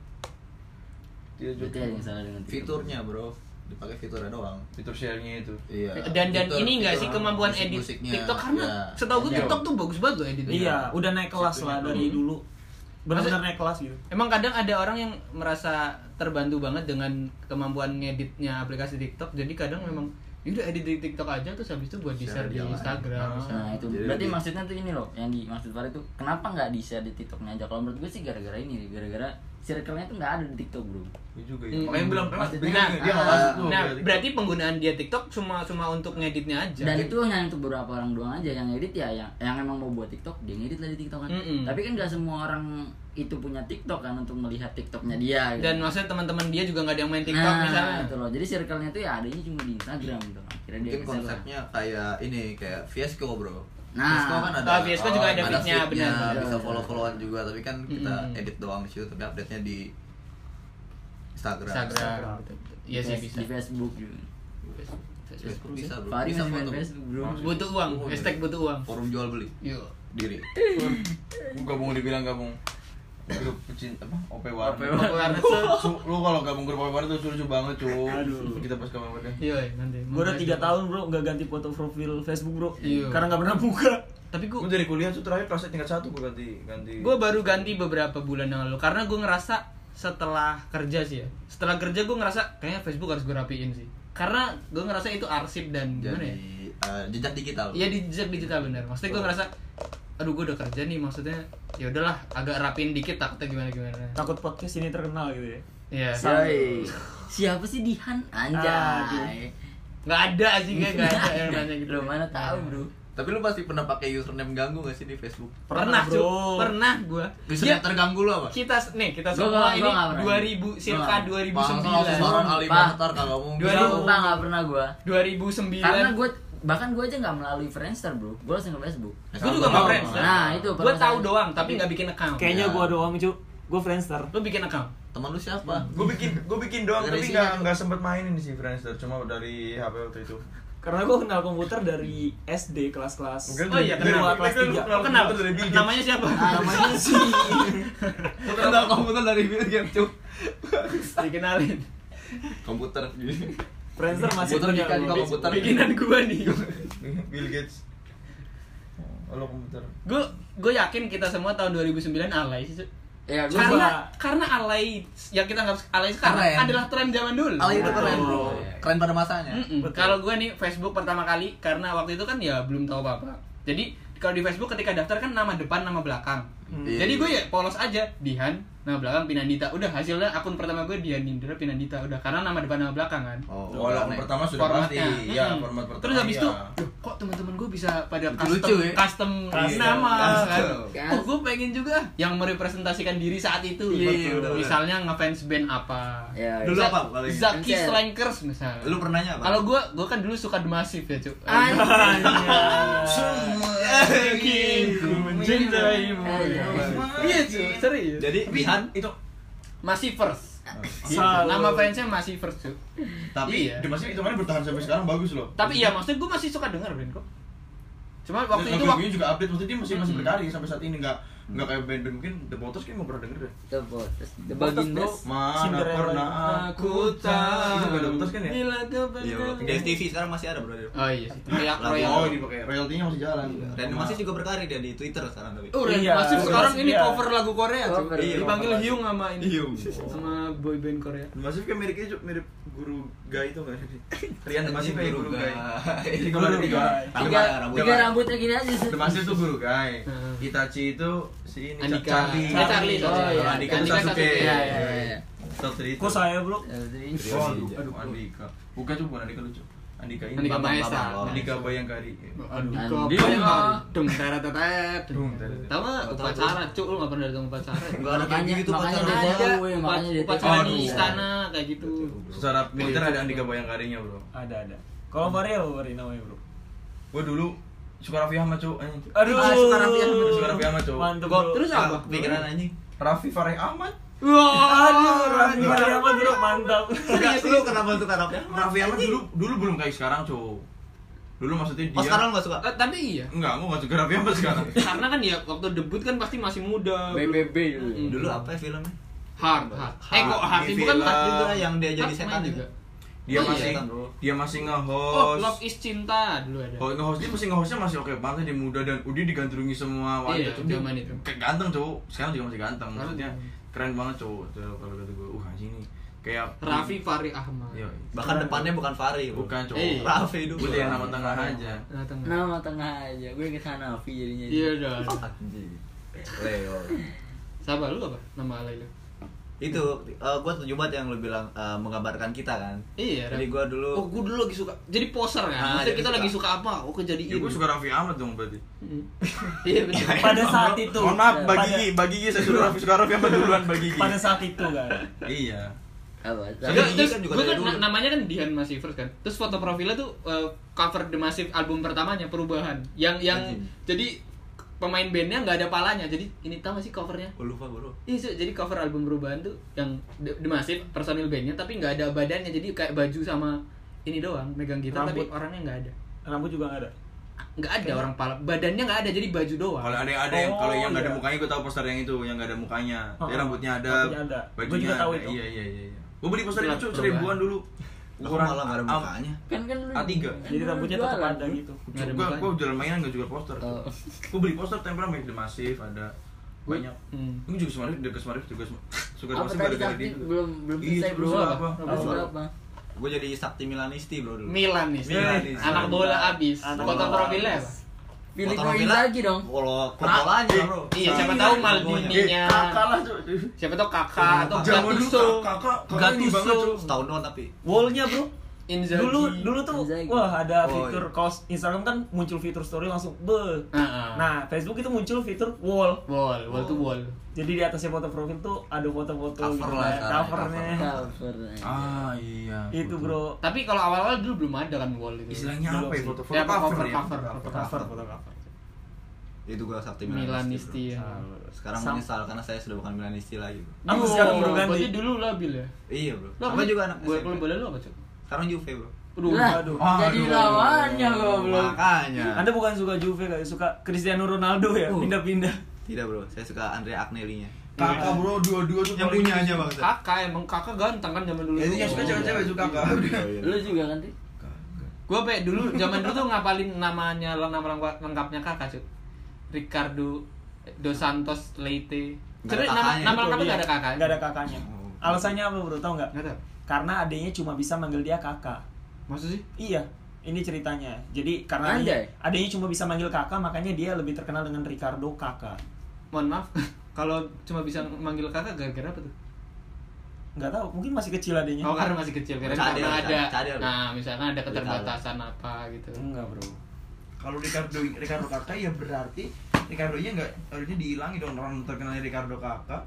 Tidak Berarti juga. ada yang salah dengan TikTok. Fiturnya, bro. Dipakai fiturnya doang. Fitur share-nya itu. Iya. Dan Fitur- ini enggak sih fitur kemampuan edit musik-musiknya, TikTok karena ya. setahu gue Iya. TikTok tuh bagus banget loh editnya. Iya, udah naik kelas Situnya lah dulu. dari dulu. Benar-benar naik kelas gitu. Emang kadang ada orang yang merasa terbantu banget dengan kemampuan ngeditnya aplikasi TikTok. Jadi kadang memang udah edit di TikTok aja terus habis itu buat di-share di Share di Instagram. Nah itu Jadi berarti lebih- maksudnya tuh ini loh, yang dimaksud Farid tuh kenapa nggak di-share di TikToknya aja? Kalau menurut gue sih gara-gara ini, gara-gara circle-nya tuh nggak ada di TikTok, bro. Ini juga Hmm. ya. Makanya bilang kan Maksudnya- dia nggak Nah, masuk tuh. Nah, ke berarti penggunaan dia TikTok cuma untuk ngeditnya aja. Dan itu hanya untuk beberapa orang doang aja yang edit ya, yang emang mau buat TikTok dia ngedit lah di TikTok kan. Mm-mm. Tapi kan nggak semua orang itu punya TikTok kan untuk melihat TikToknya dia. Gitu. Dan maksudnya teman-teman dia juga nggak ada yang main TikTok nah, misalnya. itu loh. Jadi circle-nya tuh ya adanya cuma di Instagram gitu. Akhirnya dia Mungkin ke sana. konsepnya kayak ini, kayak Viesco, bro. Nah, Viesco kan ada. Viesco juga ada feed-nya, feed-nya, benar. bisa follow-followan juga, tapi kan kita Mm-mm. edit doang di situ, tapi update-nya di Instagram. Instagram. Betul. Iya sih bisa. Di Facebook juga. Facebook bisa, bro. Fahri Bisa masih main foto. Facebook, bro. Butuh uang, hashtag butuh uang. Forum jual beli Yuk. diri. Gua gabung dibilang gabung grup pecinta apa? OP Warnet. Oke, warnet Lu kalau gabung grup OP Warnet tuh lucu banget, cuy. Kita pas kapan warnet. Iya, nanti. Gue udah 3 tahun bro nggak ganti foto profil Facebook bro, Iya. karena nggak pernah buka. Tapi Gua gue dari kuliah tuh terakhir kelas tingkat 1 gua ganti. gue baru ganti beberapa bulan yang lalu karena gue ngerasa setelah kerja sih ya. Setelah kerja gue ngerasa kayaknya Facebook harus gue rapiin sih. Karena gue ngerasa itu arsip dan gimana ya? Jadi jejak digital. Iya di jejak digital bener. Maksudnya gue ngerasa aduh gue udah kerja nih, maksudnya ya udahlah agak rapiin dikit takutnya gimana. Takut podcast ini terkenal gitu ya. Iya. Yoi. Siapa sih Dihan? Anjay. Nggak ada sih nggak ada yang nanya gitu. Lo mana tahu, bro. Tapi lu pasti pernah pakai username ganggu gak sih di Facebook? Pernah Bro. Cuk. Pernah gue. Username terganggu lu apa? Kita Gua semua nggak ini pernah. 2000 circa Gua nggak. 2009. Orang Ali Pak. Mohtar kagak mungkin. 2000. Sumpah nggak pernah gua. 2009. Karena gue bahkan gue aja nggak melalui Friendster, bro. Gue langsung ke Facebook. Gue juga nggak Friendster. Nah, itu Gue permasalahan. tahu doang tapi nggak bikin account. Kayaknya Ya. gue doang cu, gue Friendster. Lu bikin account? Teman lu siapa? Gue bikin doang tapi Isinya, nggak sempet mainin sih Friendster, cuma dari HP waktu itu. Karena gue kenal komputer dari SD kelas-kelas. Bukan Oh iya, dari- kenal. kelas dari- 3. Lo kenal? dari Bill Gates. Namanya siapa? Namanya sih. Lu kenal komputer dari Bill Gates, Cuk. Dikenalin. Komputer gitu. Friendster masih Komputer punya dikali gua. kok komputer. Bikinan gua nih. Bill Gates. Oh, lo komputer. Gue yakin kita semua tahun 2009 alay sih. Cuk. Ya, gue Karena alay yang kita nggak alay sekarang Keren. adalah tren zaman dulu. Alay itu keren, bro. Oh. Keren pada masanya. Kalau gue nih Facebook pertama kali karena waktu itu kan ya belum tahu apa-apa. Jadi kalau di Facebook ketika daftar kan nama depan nama belakang. Iya. Jadi gue ya polos aja Dihan, nama belakang Pinandita. Udah hasilnya akun pertama gue Dihan Indra Pinandita. Udah karena nama depan nama belakang kan. Oh, Akun pertama sudah pasti. Formatnya. Ya, Mm-mm. format pertama. Terus habis iya. itu, "Duh, kok teman-teman gue bisa pada Lucu-lucu ya? custom Custom. nama Custom. kan? Oh, gue pengen juga yang merepresentasikan diri saat itu. Iya, Betul. betul. Misalnya ngefans band apa? Ya, Dulu Za- apa paling? Zaki Ansel. Slankers misalnya. Lu pernahnya apa? Kalau gue kan dulu suka The Massive ya, Cuk. Mencintaimu. Iya, Cuk, serius. Jadi Dihan itu Masih first. Gitu. Salah. Nama fansnya masih first, Cuk. tapi Iya. dia masih itu bertahan sampai sekarang bagus loh. Tapi iya, maksudnya gue masih suka denger band kok. Cuma waktu itu lagunya juga update, maksudnya dia masih berkarya sampai saat ini, nggak kayak band-band mungkin The Bottles kan nggak pernah denger deh. The Bagindas. Mana Cinderella. pernah aku tahu. Itu nggak ada Bottles kan ya? Bila kau Iya, bro. pernah- Di STV sekarang masih ada, bro. Oh iya sih. Kayak Lagu- Royal. Oh, ini pakai royaltinya masih jalan. Dan masih juga berkarya dia di Twitter sekarang tapi. Oh, Ren Iya, Masif iya, sekarang ini iya. cover lagu Korea, Cuk. Cover, iya. Dipanggil Hyung sama ini. Hyung. Sama boyband Korea. Masif kayak mirip guru Gai itu nggak sih? Rian The Masif kayak guru Guru Gai. Gai. Jadi kalau ada tiga. Tiga rambutnya gini aja sih. The Masif tuh guru Gai. Hmm. Itachi itu si ini Andika. Charlie. Charlie. Oh, iya. Andika itu Andika Sasuke. Sasuke. Iya, iya, iya. Satu itu. Kok saya bro? Oh, aduh Andika. Bukan tuh bukan Andika lucu. Andika ini. Andika Maesa. Andika Bayangkari. Andika Andi. Bayangkari. Dung tetet. Dung, tetet. Tahu nggak upacara, Cuk? Lu nggak pernah datang upacara? Enggak ada kayak gitu Makanya pacaran. dia Ada tahu ya, makanya dia upacara tahu. di istana kayak gitu. Secara militer ada Andika Bayangkarinya, Bro. Ada. Kalau Fahri apa Fahri namanya, Bro? Gue dulu suka Raffi Ahmad, Cuk. Aduh, suka Raffi Ahmad. Suka Raffi Ahmad, Cuk. Mantep, Bro. Terus apa? Pikiran anjing. Raffi Fareh Ahmad. Wah, Aduh, Raffi Ahmad, Bro, mantap. Enggak, lu kenapa suka Raffi Ahmad? Raffi Ahmad dulu belum kayak sekarang, Cuk. Dulu maksudnya dia. Oh, sekarang enggak suka? tapi iya. Enggak, gue gak suka Raffi Ahmad sekarang. Karena kan dia waktu debut kan pasti masih muda. BBB Dulu apa ya filmnya? Hard. Kok hard Di bukan film hard juga yang dia jadi Hard setan main juga. Dia Oh, masih iya, bro. dia masih Oh, nge-host. Love is Cinta dulu ada. Oh, nge-hostnya masih oke banget, dia muda dan udah digandrungi semua Iya, Cuk. Dia zaman itu. kayak ganteng, Cuk. Sekarang juga masih ganteng. Maksudnya keren banget, Cuk. Kalau kata gue, anjing nih kayak Raffi Fahri Ahmad. Iya. Bahkan depannya bukan Fahri, bro. Bukan, Cuk. Raffi dulu. Udah yang nama tengah aja. Nah, tengah. Nama tengah aja, gue ke Hanafi jadinya. Iya dah. Anjing. Leo. Sabar lu apa? Nama alay lu? Itu gua setuju banget yang lu bilang menggambarkan kita kan. Iya. Jadi gua dulu Oh, gue dulu lagi suka. Jadi poser kan. Ah, Maksudnya jadi kita suka. lagi suka apa? Oh, kejadian. Ya, gue suka Raffi Ahmad dong berarti. Iya benar. Pada saat itu. Mohon maaf, Pada- bagi Gigi saya suka Raffi Ahmad duluan bagi Gigi. Pada saat itu kan. Iya. Apa? Terus kan juga gue dari kan dulu. namanya kan Dian Massivers kan. Terus foto profilnya tuh cover The Massive album pertamanya Perubahan. Yang Anjing. jadi pemain bandnya nggak ada palanya. Jadi ini tahu nggak sih covernya? Gua lupa, bro. Iya, jadi cover album Perubahan tuh yang The Massive personil bandnya tapi nggak ada badannya. Jadi kayak baju sama ini doang megang gitar tapi Rambut. orangnya nggak ada. Rambut juga nggak ada. Nggak ada orang pala. Badannya nggak ada jadi baju doang. Kalau ada yang kalau yang nggak ada iya. mukanya gue tahu poster yang itu yang nggak ada mukanya. Dia Oh, rambutnya ada, rambutnya ada. Gua bajunya juga tahu ada. itu. Iya. Gue beli poster Itulah itu perubahan. 1000-an dulu. Gua malah enggak ada mukanya. Kan lu A3. Jadi rambutnya tetap ada gitu. Nggak ada Gue mukanya. jual mainan nggak jual poster. Oh. Gue beli poster tempel sama The Massive ada banyak. Gue juga Semarif, dekat Semarif juga suka The Apa Massive tadi gara-gara Sakti? dia. Belum Iya, selesai, terus bro. apa? Apa? Gua jadi Sakti Milanisti, bro dulu. Milan nih. Milanis. Anak bola abis. Anak Foto bola profilnya abis. apa? Filippo Foto Inzaghi dong. Kalau bolanya, bro. Iya, siapa tahu Maldini-nya. Kakak lah, Cuk. Siapa tahu kakak atau Zaman dulu Gattuso. kakak ini banget, Cuk. Setahun doang tapi. Wallnya bro. Inzaghi. Dulu tuh Inzaghi. wah ada Oh, fitur iya. kaos Instagram kan muncul fitur story langsung be. Nah, Nah, Facebook itu muncul fitur wall. wall to wall. Jadi di atasnya foto profil tuh ada foto-foto Cover gitu lah, kan, covernya. Cover. Ah, iya. Itu bro. Tapi kalau awal-awal dulu belum ada kan wall itu. Istilahnya apa ya? Belum sih. Foto Ya, cover ya? cover. Foto cover. Itu gua Sakti Milanisti ya. bro. Sekarang Sam- menyesal karena saya sudah bukan Milanisti lagi, bro. Aku sekarang baru ganti. Berarti dulu labil ya. Iya, bro. Lo Sama juga anak Bola SMP. bola lu apa, Cuk? Sekarang Juve, bro. Aduh, Lah, aduh. jadi lawannya goblok. Makanya. Anda bukan suka Juve kayak suka Cristiano Ronaldo ya, pindah-pindah. Tidak, bro. Saya suka Andrea Agnelli-nya. Kakak bro, dua-dua tuh Yang paling- punyanya, Bang. kakak emang kakak ganteng kan zaman dulu. Ya, yang suka cewek-cewek suka kakak. Lu juga kan, Ti? Gue dulu zaman dulu tuh ngapalin namanya nama lengkapnya kakak, Cuk. Ricardo dos Santos Leite. Nggak ada Sebenarnya kakaknya. nama lengkapnya nggak ada kakaknya. Nggak ada kakaknya. Oh. Alasannya apa bro? Tahu nggak? Nggak tahu. Karena adanya cuma bisa manggil dia kakak. Maksud sih? Iya, ini ceritanya. Jadi karena Anjay. adanya cuma bisa manggil kakak, makanya dia lebih terkenal dengan Ricardo kakak. Mohon maaf, kalau cuma bisa manggil kakak gara-gara apa tuh? Nggak tahu, mungkin masih kecil adanya. Oh, karena masih kecil, karena Cadel, ada. cadel. Nah, misalkan ada keterbatasan apa gitu. Enggak bro. Kalau Ricardo kakak ya berarti Ricardo-nya nggak harusnya dihilangi dong, orang terkenalnya Ricardo kakak.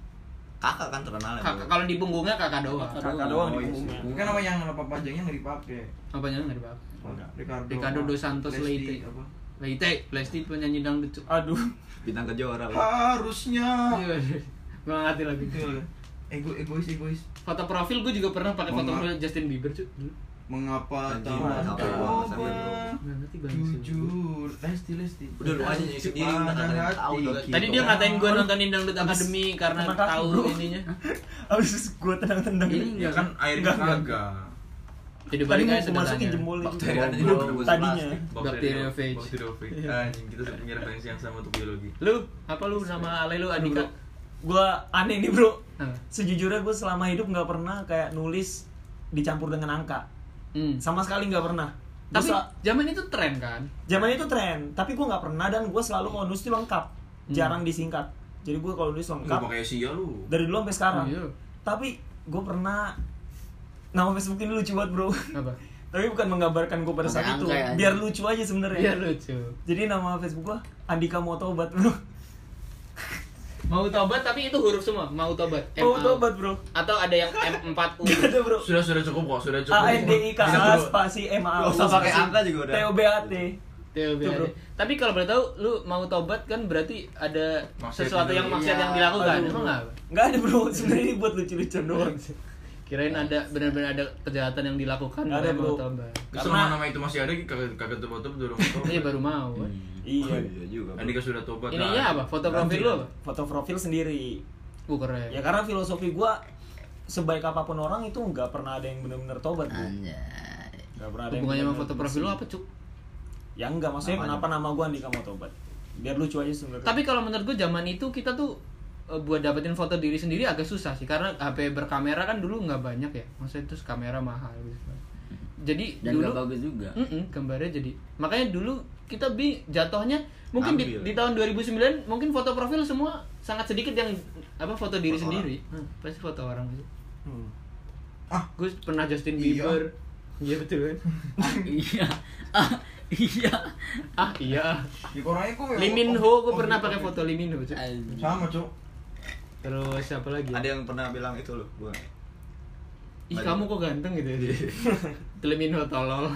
Kakak kan terkenal ya, Kakak bro. kalau di punggungnya kakak doang. Kakak doang Oh, di iya. punggungnya. Kan nama yang nama panjangnya nggak dipakai. Apanya nggak dipakai? Ricardo dos Santos Lesti, Leite. apa? Lesti penyanyi dangdut. Cuk. Aduh. Bintang Kejora, bro. Harusnya. Iya, gue nggak ngerti lagi. Itu kan. Egois. Foto profil gue juga pernah pakai foto Mama. profil Justin Bieber, Cuk. Dulu. Mengapa Anjing, tak sampai gua sampai gua. Nggak ngerti banget. jujur? Lesti. Udah lu aja jadi sendiri, nggak ada yang tahu juga. Tadi dia ngatain gue nontonin Dangdut Academy karena Kena kaki, tahu bro. ininya. Abis gue tendang-tendang. Ini Ya kan airnya Enggak. kagak. Jadi Tadi balik mau aja aku sederhana. masukin jempol itu. Bakteri ada di Bro, dalam tadinya. Bacteriophage. Bacteriophage. Iya. Anjing, kita punya referensi yang sama untuk biologi. Lu apa lu nama ale lu Andika? Gue aneh nih bro. Nah. Sejujurnya gue selama hidup nggak pernah kayak nulis dicampur dengan angka. Sama sekali nggak pernah. Tapi Gua zaman itu tren kan? zaman itu tren, tapi gue nggak pernah dan gue selalu kalau nulis itu lengkap, jarang disingkat. Jadi gue kalau nulis Enggak lengkap pakai sia lu. dari dulu sampai sekarang. Iya. Tapi gue pernah nama Facebook ini lucu banget bro. Apa? Tapi bukan menggambarkan gue pada Pakai saat itu, angka ya, biar anjing. lucu aja sebenarnya. Biar lucu. Jadi nama Facebook gua Andika mau tobat bro. Mau tobat tapi itu huruf semua, mau tobat. Mau MA. tobat bro. Atau ada yang M4U. Gak ada bro. Sudah cukup kok, sudah cukup. ANDIKA spasi MA. Gak usah pakai angka juga udah. TOBAT. TOB Tuh, bro. aja. Tapi kalau boleh tahu, lu mau tobat kan berarti ada Maksiat sesuatu itu. yang maksiat Iya. yang dilakukan. Aduh, Emang bro. apa? Nggak ada bro, sebenarnya ini buat lucu-lucuan doang. Kirain ada benar-benar ada kejahatan yang dilakukan Nggak ada, oleh mau bro. tobat. Selama nama itu masih ada, kagak tobat-tobat dulu. Iya baru mau. kan. Iya. Iya juga. Andika sudah tobat. Ininya apa? Foto profil lu apa? Foto profil sendiri. Keren. Ya karena filosofi gua sebaik apapun orang itu nggak pernah ada yang benar-benar tobat bro. Anjay. Nggak pernah ada yang Hubungannya sama benar-benar foto profil lu apa, Cuk? Ya enggak, maksudnya kenapa nama gua Andika mau tobat? Biar lucu aja sebenarnya. Tapi kalau menurut gue zaman itu kita tuh buat dapetin foto diri sendiri agak susah sih karena HP berkamera kan dulu nggak banyak ya. Maksudnya itu kamera mahal gitu. Jadi Dan dulu gak bagus juga. gambarnya jadi. Makanya dulu kita jatuhnya mungkin di tahun 2009 mungkin foto profil semua sangat sedikit yang apa foto diri sendiri. Pasti foto orang aja. Gue pernah Justin Bieber. Iya betul kan? Iya. Iya. Iya. Di Korea kok Lee Min Ho, gue pernah pakai foto Lee Min Ho. Cuk. sama, Cuk. Terus siapa lagi? Ada yang pernah bilang itu loh, gua. Ih kamu kok ganteng gitu ya. Lee Min Ho tolol.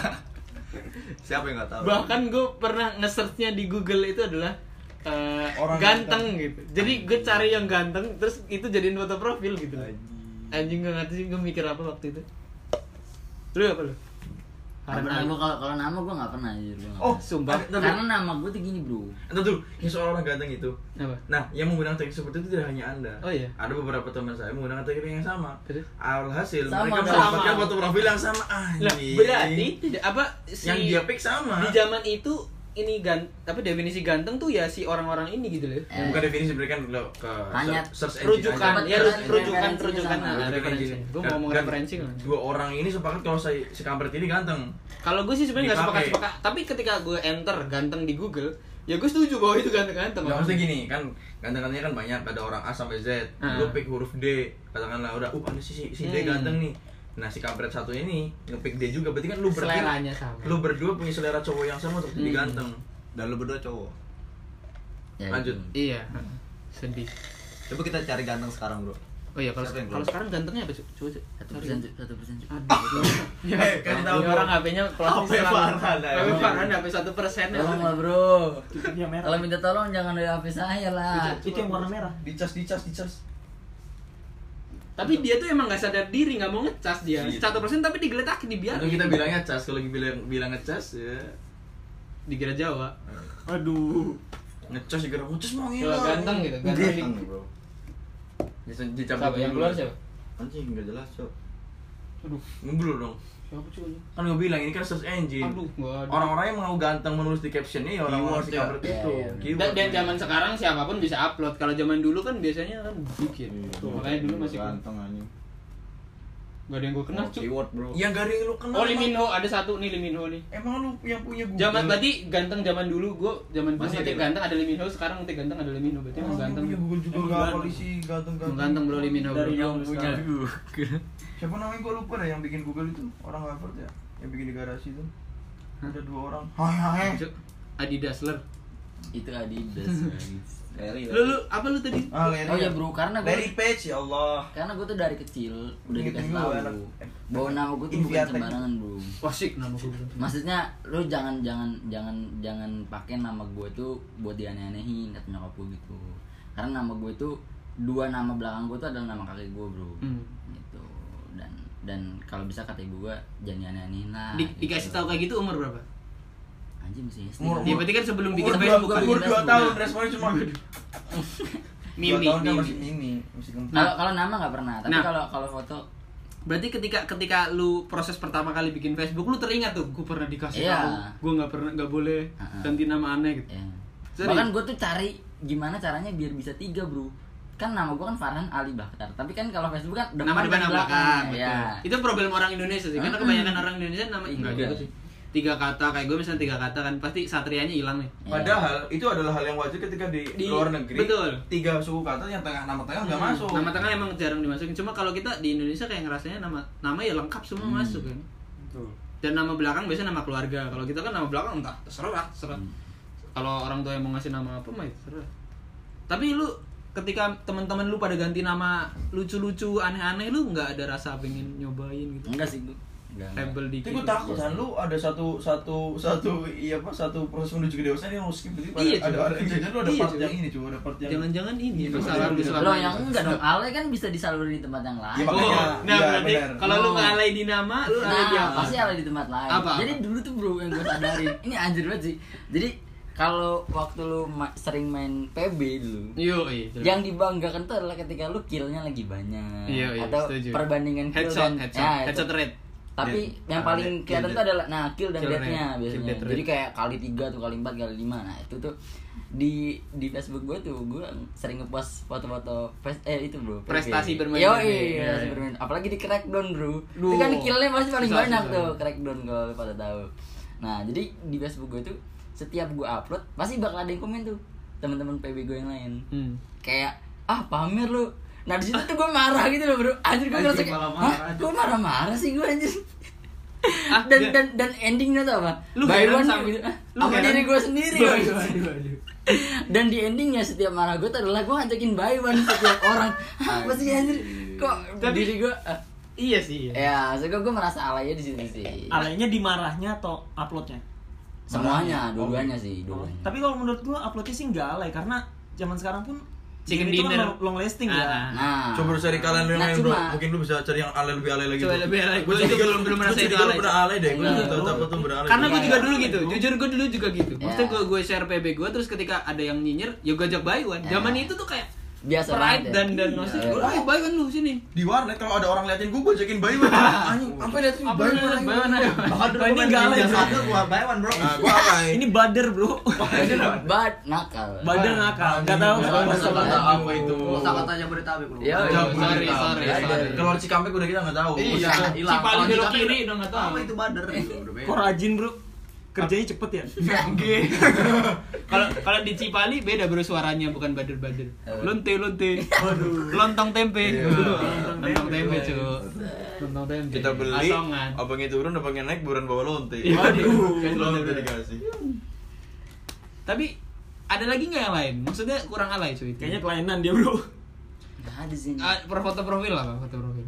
Siapa yang enggak tahu? Bahkan gue pernah nge-search-nya di Google itu adalah Orang ganteng gitu. Jadi gue cari yang ganteng terus itu jadiin foto profil gitu. Anjing gak ngerti sih gue mikir apa waktu itu. Lu apa lu? Karena gue kalau nama gue nggak pernah anjir. Gua nggak Oh, pernah. Sumpah. Karena nama gue tuh gini bro. Entar dulu, yang soal orang ganteng itu. Apa? Nah, yang menggunakan teknik seperti itu tidak hanya Anda. Oh iya. Ada beberapa teman saya menggunakan teknik yang sama. Terus? Alhasil Sama, mereka sama. mendapatkan foto profil yang sama. Lah, berarti tidak apa yang dia pick sama. di zaman itu ini tapi definisi ganteng tuh ya si orang-orang ini gitu loh. Bukan definisi berikan ke Hanya search engine Rujukan, aja. ya Referensinya rujukan sama. referensi. Gue mau ngomong Dan referensi kan. Dua orang ini sepakat kalau si kampret ini ganteng. Kalau gue sih sebenarnya nggak Dipakai. sepakat, tapi ketika gue enter ganteng di Google, ya gue setuju bahwa itu ganteng-ganteng. Nggak maksudnya gini kan ganteng-gantengnya kan banyak, ada orang A sampai Z. Lu pick huruf D, katakanlah udah ada si D ganteng nih. Nah si kampret satu ini ngepick D juga, berarti kan lu berdua Seleranya sama. lu berdua punya selera cowok yang sama untuk jadi ganteng. Dan lu berdua cowok. Ya, Lanjut. Iya, sedih. Coba kita cari ganteng sekarang, Bro. Oh iya, kalau Siapa yang kalau belum? sekarang gantengnya apa, Cuk? Coba, Cuk. 1%. Aduh. Ya, kasih tahu, ini bro. orang HP-nya plastik. HP Farhan, ya. HP Farhan HP 1%. Tolong lah bro. Tutupnya merah. Kalau minta tolong jangan dari HP saya lah. Itu yang warna merah. Dicas. Tapi dia tuh emang nggak sadar diri, nggak mau ngecas dia. 1% tapi digeletakin Itu dibiarin. kita bilangnya cas, kalau bilang ngecas ya Dikira Jawa. Aduh. ngecas juga ngecas mau Kalau ngilang. ganteng gitu, ganteng. Ganteng, Bro. Siapa yang keluar siapa? Anjing enggak jelas, Cok. Aduh, Ngeblur dong. siapa cuy? Kan gue bilang ini kan search engine. Aduh, gua ada. Orang-orang yang mau ganteng menulis di captionnya ya orang-orang Keyword si ya. kampret Iya, itu. iya. Keyword. Dan zaman sekarang siapapun bisa upload. Kalau zaman dulu kan biasanya kan bikin. Tuh, makanya dulu masih ganteng anjing. gak ada yang gue kenal, cuy. Keyword, Bro. yang gak ada yang lu kenal. Oh, Lee Min emang. Ho, ada satu nih Lee Min Ho nih. Emang lu yang punya Google. Zaman berarti ganteng zaman dulu, gue zaman dulu Masih ngetik ada? ganteng ada Lee Min Ho, sekarang ngetik ganteng ada Lee Min Ho. Berarti emang ganteng. punya Google juga Emang enggak ganteng. polisi ganteng-ganteng. Ganteng bro Lee Min Ho. Dari bro. yang punya Siapa namanya gue lupa deh yang bikin Google itu. Orang Harvard ya. Yang bikin di garasi itu. Ada dua orang. Hai. Cuk, Adidas ler. Itu Adidas. Larry. Lu apa lu tadi? Larry. Oh ya bro, karena Larry gue Page ya Allah. karena gue tuh dari kecil udah Ingetin dikasih gua, tahu anak. bahwa nama gue tuh bukan Inviatek. sembarangan bro. Wasik nama gue. Maksudnya lu jangan pakai nama gue tuh buat dianeh-anehin kata nyokap gue gitu. Karena nama gue tuh dua nama belakang gue tuh adalah nama kakek gue bro. Gitu. Dan kalau bisa kata ibu gue jangan dianeh-anehin lah. Dikasih tahu kayak gitu umur berapa? Anjing masih SD. Umur- Ya berarti kan sebelum bikin Umur Facebook dua- kan. umur 2 Facebook. tahun responnya cuma Mimi. 2 tahun kan Mimi. masih mimi, masih kempul. Kalau nama nggak pernah, tapi Nah. kalau foto Berarti ketika lu proses pertama kali bikin Facebook lu teringat tuh gue pernah dikasih Iya. tahu gue nggak boleh ganti nama aneh gitu. ya. Serius? Bahkan gue tuh cari gimana caranya biar bisa 3 bro. Kan nama gue kan Farhan Ali Bakhtar, tapi kan kalau Facebook kan Nama depan dan nama belakang. Ya. Betul. Itu problem orang Indonesia sih. Karena kebanyakan orang Indonesia nama enggak Iya. gitu sih. 3 kata kayak gue misalnya 3 kata kan pasti satrianya hilang nih. Padahal itu adalah hal yang wajar ketika di luar negeri. Betul. 3 suku kata yang tengah nama tengah nggak masuk. Nama tengah emang jarang dimasukin. Cuma kalau kita di Indonesia kayak ngerasanya nama ya lengkap semua masuk kan. Dan nama belakang biasanya nama keluarga. Kalau kita kan nama belakang entah terserah. Kalau orang tua yang mau ngasih nama apa mah terserah. Tapi lu ketika teman-teman lu pada ganti nama lucu-lucu aneh-aneh, lu nggak ada rasa pengen nyobain gitu? Enggak sih gue. Rebel dikit. Tapi gue takut kan lu ada satu proses menuju ke dewasa yang lu skip gitu. Iya, ada jangan lu ada iya, part cuy. yang ini cuy, ada part yang Jangan-jangan ini Iya, masalah bener. lu selama Lo ini. yang enggak dong, alay kan bisa disaluri di tempat yang lain. Iya, Oh, makanya. nah Iya, berarti bener. kalau lu nggak alay di nama, lu alay di Nah, apa? pasti alay di tempat lain. Apa? Jadi dulu tuh bro yang gue sadarin, ini anjir banget sih. Jadi kalau waktu lu sering main PB dulu, Iya. yang dibanggakan tuh adalah ketika lu killnya lagi banyak, Iya, atau setuju. perbandingan kill Headshot, dan headshot rate. tapi Ya, yang paling kelihatan tuh adalah kill dan Kill death-nya rate, kill biasanya. death rate. Jadi kayak kali 3 tuh, kali 4, kali 5. Nah, itu tuh di Facebook gue tuh gue sering ngepost foto-foto itu bro, PB. Prestasi bermain Yo, PB. iya, Iya. bermain. Apalagi di Crackdown bro. Duh. Itu kan killnya pasti paling Susah, banyak susah. tuh Crackdown kalau lu pada tahu. Nah, jadi di Facebook gue tuh setiap gue upload pasti bakal ada yang komen tuh teman-teman PB gue yang lain. Kayak pamer lu. Nah, di situ tuh gue marah gitu loh bro. Anjir gue ngerasa kayak, malah marah, gue marah-marah sih gue anjir. Ah, dan endingnya tuh apa? Lu Buy heran one sama- gitu. lu Sama heran? diri gue sendiri. Dan di endingnya setiap marah gue tuh adalah gue ngajakin buy one setiap orang. Apa sih anjir? Kok Tapi- diri gue Iya sih. ya, so gue merasa alaynya di situ sih. Alaynya di marahnya atau uploadnya? Semuanya, dua-duanya sih, dua-duanya. Tapi kalau menurut gua uploadnya sih nggak alay karena zaman sekarang pun Chicken game itu dinner. kan long lasting ya. Nah, Coba lu cari kalian yang nah, lain bro, cuma- mungkin lu bisa cari yang lebih alay lagi. Coba bro. lebih alay. Gua Gua juga juga belum merasa itu Lu alay. pernah alay deh, gue Enggak, tahu bro. tuh beralay. Karena gue juga Iya, dulu gitu, iya. jujur gue dulu juga gitu. Maksudnya Iya. gue share PB gue terus ketika ada yang nyinyir, ya gue ajak buy one. Zaman Iya. itu tuh kayak biasa pride banget ya. dan maksudnya, Iya. buy one lu sini. Di warnet kalau ada orang liatin gue ajakin buy one. Anjing, apa liatin Apa buy lu one? buy one aja? Oh, ini nggak alay bro. Gua buy one bro. Nah, gua alay. Ini bader bro. Bad nakal. Bader nakal. Nggak tahu soal masalah. apa itu. Kosa katanya Jabodetabek bro. Iya, Sorry. Keluar Cikampek udah kita nggak tahu. Iya, hilang. Cipali Kalau belok di kiri Cikampek, udah nggak tahu. Apa itu bader? Udah beda. Kok rajin bro? Kerjanya cepet ya? Kalau di Cipali beda bro suaranya, bukan bader-bader. Lonte. Lontong tempe. Lontong tempe cuy. Lontong tempe. Kita beli, Asongan. abangnya turun, abangnya naik, buruan bawa lonte. Waduh. Lonte udah dikasih. Tapi ada lagi nggak yang lain? Maksudnya kurang alay cuy. Kayaknya kelainan dia bro. Nggak ada sih. Foto profil lah, foto profil.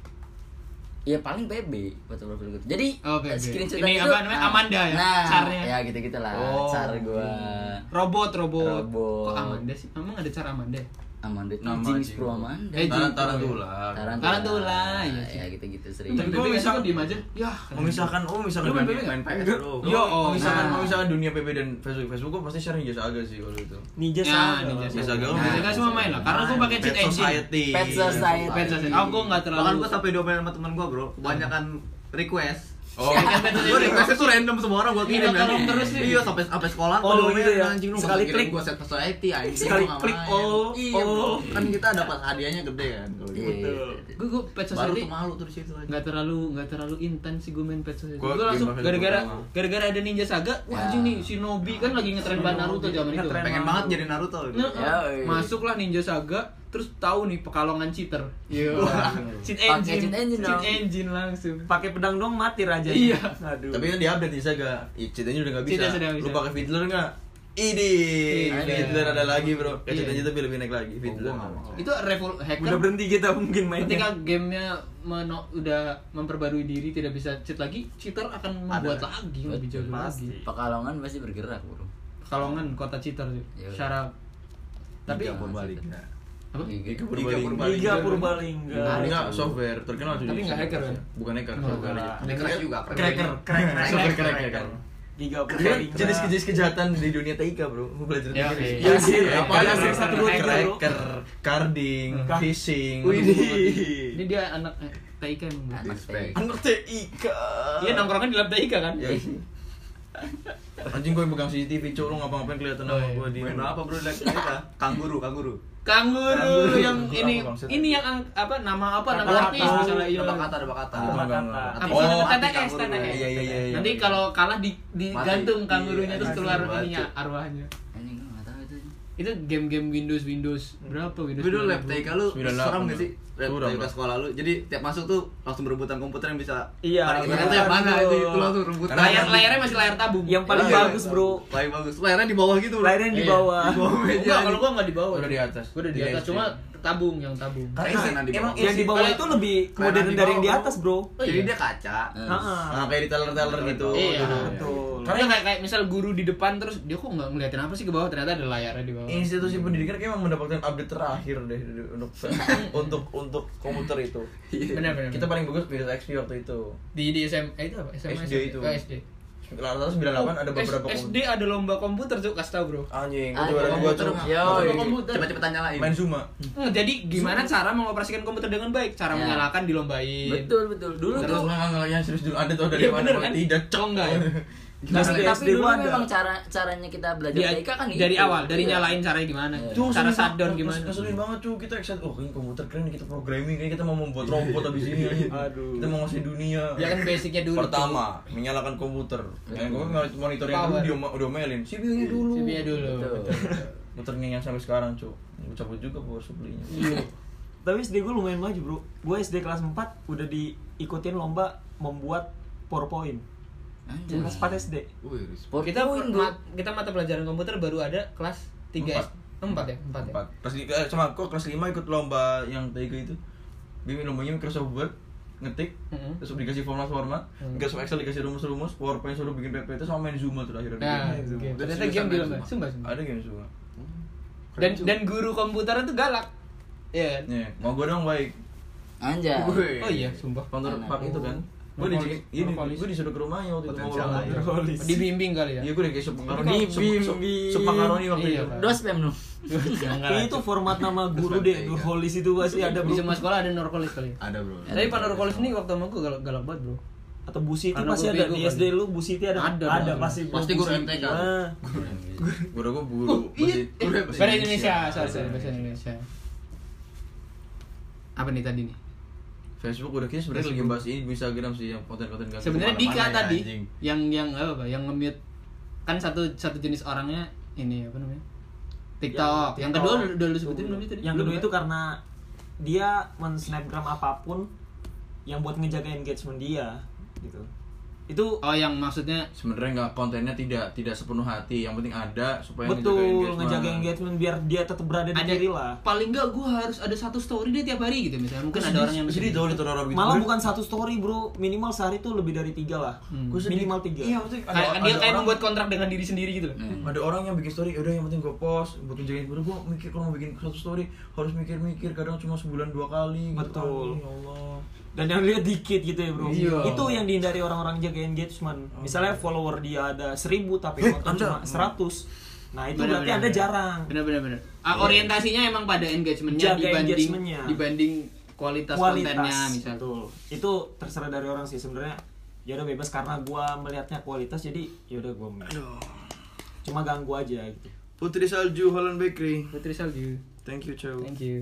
Ya paling PB foto profil gue. Jadi Oh, PB. screenshot Ini itu apa namanya? Amanda ya? Nah, Carnya. ya gitu-gitu lah. Oh. Car gua Robot. Robot. Kok Amanda sih? Emang ada cara Amanda? Amanda Nama Jinx Jinx. Pro Amanda. Tarantula. Tarantula. iya sih. Ya gitu-gitu sering. Tapi Tapi gua gue misalkan- diem aja. Ya. Misalkan Lu main PB nggak? PS bro. Yo, oh. Kalau Nah. misalkan dunia PB dan Facebook gue pasti share Ninja Saga sih kalau itu. Ninja Ya, Saga. Ninja Ninja Saga. Saga. Ninja Saga semua main lah. Karena gue pakai cheat Pet engine. Society. Pet Society. Pet Society. Oh, gue nggak terlalu. Bahkan gua sampai diomelin sama teman gua bro. Kebanyakan request. Oh, Gua requestnya tuh random semua orang gua kirim Iya, tolong terus nih. Iya sampai sekolah Oh, gua gitu diomelin, ya. anjing lu Sekali nggak klik. kirim gua set society anjing. Sekali gua nggak klik main. all. Iya bro. Kan kita dapat hadiahnya gede kan kalau Iya, gitu. iya. Gue Pet Baru Society tuh malu tuh di situ aja. nggak terlalu intens sih gue main Pet Society. Gua Gue langsung game gara-gara pertama. ada Ninja Saga, wah anjing nih Shinobi kan lagi ngetren banget Naruto zaman itu. Ngetren. Pengen banget jadi Naruto gitu. Nah, Ya, iya. masuklah Ninja Saga, terus tahu nih pekalongan cheater. Iya. Cheat Pakai engine. cheat engine dong. Cheat engine langsung. Pakai pedang dong mati raja. Iya. Aduh. Tapi kan di update Ninja Saga. Cheatnya udah nggak bisa. Cheatnya sudah bisa. Lu pakai Fiddler nggak? Idi, Iya. Fiddler ada lagi bro. Iya. Cheatnya tapi lebih naik lagi Fiddler. Itu hacker. Udah berhenti kita mungkin Ketika mainnya. gamenya udah memperbarui diri tidak bisa cheat lagi, cheater akan membuat lagi lebih jago Pasti. lagi. Pekalongan pasti bergerak, bro. Pekalongan kota cheater sih. Iya. Secara tapi Giga Purbalingga. apa? Giga. Giga Purbalingga. Enggak, software terkenal tuh. Tapi nggak hacker kan? Bukan hacker, Oh, software. Ada crack juga. Cracker. Software cracker. Giga Dia Purbalingga. jenis kejahatan di dunia TIK bro. Gue belajar Ya, TIK. oke. Ya sih, Apa ada aja sih, 1, 2, 3, bro. Cracker, carding, phishing. Ini dia anak TIK emang. Bro. Anak Respect. TIK. Anak TIK. Iya nongkrongnya di lab TIK kan? Ya. Anjing gue yang pegang CCTV, cowok lu ngapa-ngapain kelihatan Oh, sama iya. gue di Main apa bro lihat kita? Kanguru. Kanguru yang Itu ini apa maksudnya? ini yang apa nama Kata artis tahu. misalnya iya. Ada kata. Apa Oh, sih mati TTS kanguru. TTS. Iya. Nanti kalau kalah digantung Mati. kangurunya terus Iya, keluar mati. ininya arwahnya. Anjing gua enggak tahu itu. Itu game-game Windows berapa Windows? Gue dulu lab TK lu 98 seram gak dulu. sih? Lab Suram, TK Bro. sekolah lu. Jadi tiap masuk tuh langsung berebutan komputer yang bisa Iya, paling iya. itu yang mana itu langsung rebutan. Layarnya masih layar tabung. Yang paling Iya. bagus, Bro. Paling bagus. Layarnya di bawah gitu. Bro. Layarnya di Iya. bawah. Di bawah meja. Enggak, kalau gua enggak di bawah. Udah di atas. Gua udah di atas, SD. cuma tabung. Karena Kelainan di emang bawah. Yang di bawah itu lebih modern di dari yang di bawah, atas, Bro. Jadi dia kaca. Heeh. Nah, kayak di teller-teller gitu. Iya. Betul. Karena kayak misal guru di depan terus dia kok nggak ngeliatin apa sih ke bawah, ternyata ada layarnya di bawah. institusi pendidikan kayak emang mendapatkan update terakhir deh untuk komputer itu. Benar. Kita paling bagus Windows XP waktu itu. Di SM itu apa? SMA SD itu. SD. Rata-rata 98 ada beberapa SD ada lomba komputer tuh, kasih tau bro. Anjing, Ah, juara gua komputer, tuh. yo, Lomba iya. komputer. Cepet-cepetan nyalain. Main Zuma. Jadi gimana cara mengoperasikan komputer dengan baik? Cara Ya. menyalakan dilombain. Betul. Dulu Terus tuh nggak serius dulu ada tuh dari Iya mana bener kalau kan? tidak. Cok enggak ya? tapi SD dulu gua ada. memang caranya kita belajar TK kan dari itu. awal, dari Iya. nyalain caranya gimana? Iya. Tuh, Cara shutdown ngeselin gimana? Ngeselin banget cuy, kita excited. Oh, ini komputer keren nih, kita programming, kayaknya kita mau membuat robot abis ini anjing. Aduh. Kita mau ngasih dunia. Ya kan basicnya dulu. Pertama, menyalakan komputer. Yang gue monitornya Power. dulu dia udah melin. CPU-nya dulu. CPU-nya dulu. Betul. Muternya yang sampai sekarang, cuy. Gue cabut juga power supply-nya. Iya. Tapi SD gue lumayan maju, Bro. Gue SD kelas 4 udah diikutin lomba membuat PowerPoint. Anjir. Kelas 4 SD. Wih, Kita PowerPoint, bro. kita mata pelajaran komputer baru ada kelas 3 Empat. 4 ya? 4 ya? 4. Sama kok kelas 5 ikut lomba yang tiga itu. Bimbing lombanya Microsoft Word, ngetik, Mm-hmm. terus dikasih format-format, Microsoft Excel dikasih rumus-rumus, PowerPoint suruh bikin PPT sama main Zuma tuh akhirnya. Nah, bikin. game. Terus Ternyata seriusan game di main lomba. Zuma. Sumpah. Ada game Zuma. Dan guru komputer itu galak. Iya kan? Nih, mau gue dong baik. Anjay. Oh iya, sumpah. Kantor Enak. Pak itu kan. Gue disuruh ke rumahnya waktu itu mau Potensial ulang aja. tahun. Dibimbing kali ya? Iya, gue udah kayak sup makaroni. Dibimbing. Sup makaroni waktu Iya, itu. Pak. Dos spam lu. Ini itu format nama guru deh, Nurholis itu pasti ada, Di Bro. semua sekolah ada Norkolis kali. ada bro. Tapi Pak Norkolis ini waktu sama gue galak banget bro. Atau Bu Siti Anak pasti gua ada bego di kali. SD lu, Bu Siti ada. Ada. Pasti. Pasti Bu guru Siti. MTK. Nah, Gue udah buru. Bahasa Indonesia, sorry bahasa Indonesia. Apa nih tadi nih? Facebook udah kayaknya sebenarnya lagi bahas ini bisa Instagram sih yang konten-konten gak Sebenarnya Dika Kemana-mana ya, tadi anjing. yang apa? Yang nge-mute kan satu jenis orangnya ini apa namanya? TikTok. Yang kedua udah lu sebutin belum sih tadi? yang Belum, kedua kan? itu karena dia men-snapgram apapun yang buat ngejaga engagement dia gitu. Itu Oh, yang maksudnya sebenarnya nggak kontennya tidak sepenuh hati, yang penting ada supaya betul ngejaga engagement biar dia tetap berada di ada kiri lah. paling enggak gue harus ada satu story deh tiap hari gitu misalnya. Mungkin ada orang yang jadi tahu itu orang gitu. Malah bukan satu story, Bro. Minimal sehari tuh lebih dari 3 lah. Minimal 3. Iya, maksudnya dia kayak orang- membuat kontrak dengan diri sendiri gitu loh. ada orang yang bikin story, udah yang penting gue post buat ngejagain gue mikir kalau mau bikin satu story harus mikir-mikir, kadang cuma sebulan 2 kali gitu. Betul. Ya Allah. Dan yang lihat dikit gitu ya, Bro. Iya. Itu yang dihindari orang-orang jaga engagement. Misalnya follower dia ada 1000 tapi nonton cuma 100. Nah, itu berarti Anda jarang. Bener. Orientasinya emang pada engagementnya Jaga engagementnya. dibanding kualitas kontennya misalnya. Betul. Itu terserah dari orang sih sebenarnya. Ya udah bebas karena gua melihatnya kualitas jadi ya udah gua cuma ganggu aja gitu. Putri Salju Holland Bakery. Putri Salju. Thank you, Chow. Thank you.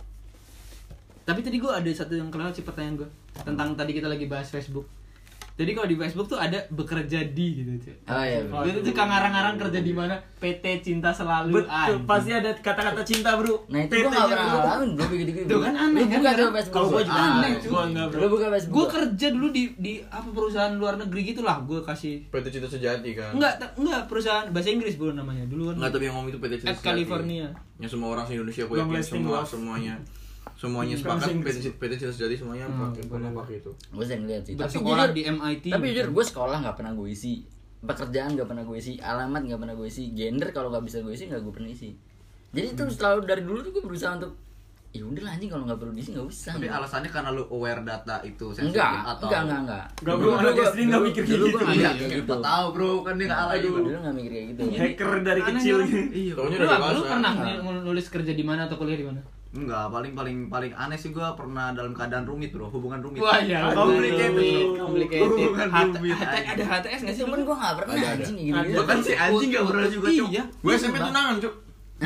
Tapi tadi gue ada satu yang kelewat sih pertanyaan gue tentang tadi kita lagi bahas Facebook. Jadi kalau di Facebook tuh ada bekerja di gitu cuy. Oh iya. Bro. Itu tuh ngarang-ngarang kerja di mana? PT Cinta Selalu. Betul, anjing. pasti ada kata-kata cinta, Bro. Nah itu gue gak pernah ngalamin bro kayak gitu-gitu. Tuh kan aneh Lu kan, buka kan? coba Facebook. Kalau gua juga aneh, cuy. gua enggak, Bro. Lu buka Facebook. Gue kerja dulu di apa perusahaan luar negeri gitulah. Gue kasih PT Cinta Sejati kan. enggak perusahaan bahasa Inggris bro namanya dulu kan. Enggak, tapi yang ngomong itu PT Cinta At California. Yang semua orang se-Indonesia gue Long yakin lasting semuanya sepakat PT Cinta Sejati semuanya pakai itu. Gue sering lihat sih. Bersekolah di MIT. Tapi jujur gue sekolah nggak pernah gue isi, pekerjaan nggak pernah gue isi, alamat nggak pernah gue isi, gender kalau nggak bisa gue isi nggak gue pernah isi. Jadi itu selalu dari dulu tuh gue berusaha untuk ya udah lah anjing kalau nggak perlu diisi nggak usah. Tapi alasannya karena lu aware data itu sensitif enggak, atau enggak. Enggak, Bro, anak SD enggak mikir kayak Dulu gitu. gue nggak Iya, mikir kayak gitu. kita tahu bro, kan dia nggak alay Dulu dulu. nggak mikir kayak gitu. Hacker dari Aneh, kecil kan? gitu. Iya, taunya Lu udah apa? Lu dewasa. pernah nulis kerja di mana atau kuliah di mana? Enggak, paling aneh sih gua pernah dalam keadaan rumit bro, hubungan rumit. Wah ya, Complicated. Hubungan rumit. Ada HTS nggak sih? Cuman gue nggak pernah anjing kayak gitu. Bahkan si anjing nggak pernah juga cuk. Iya. Gue SMP tunangan, Cuk.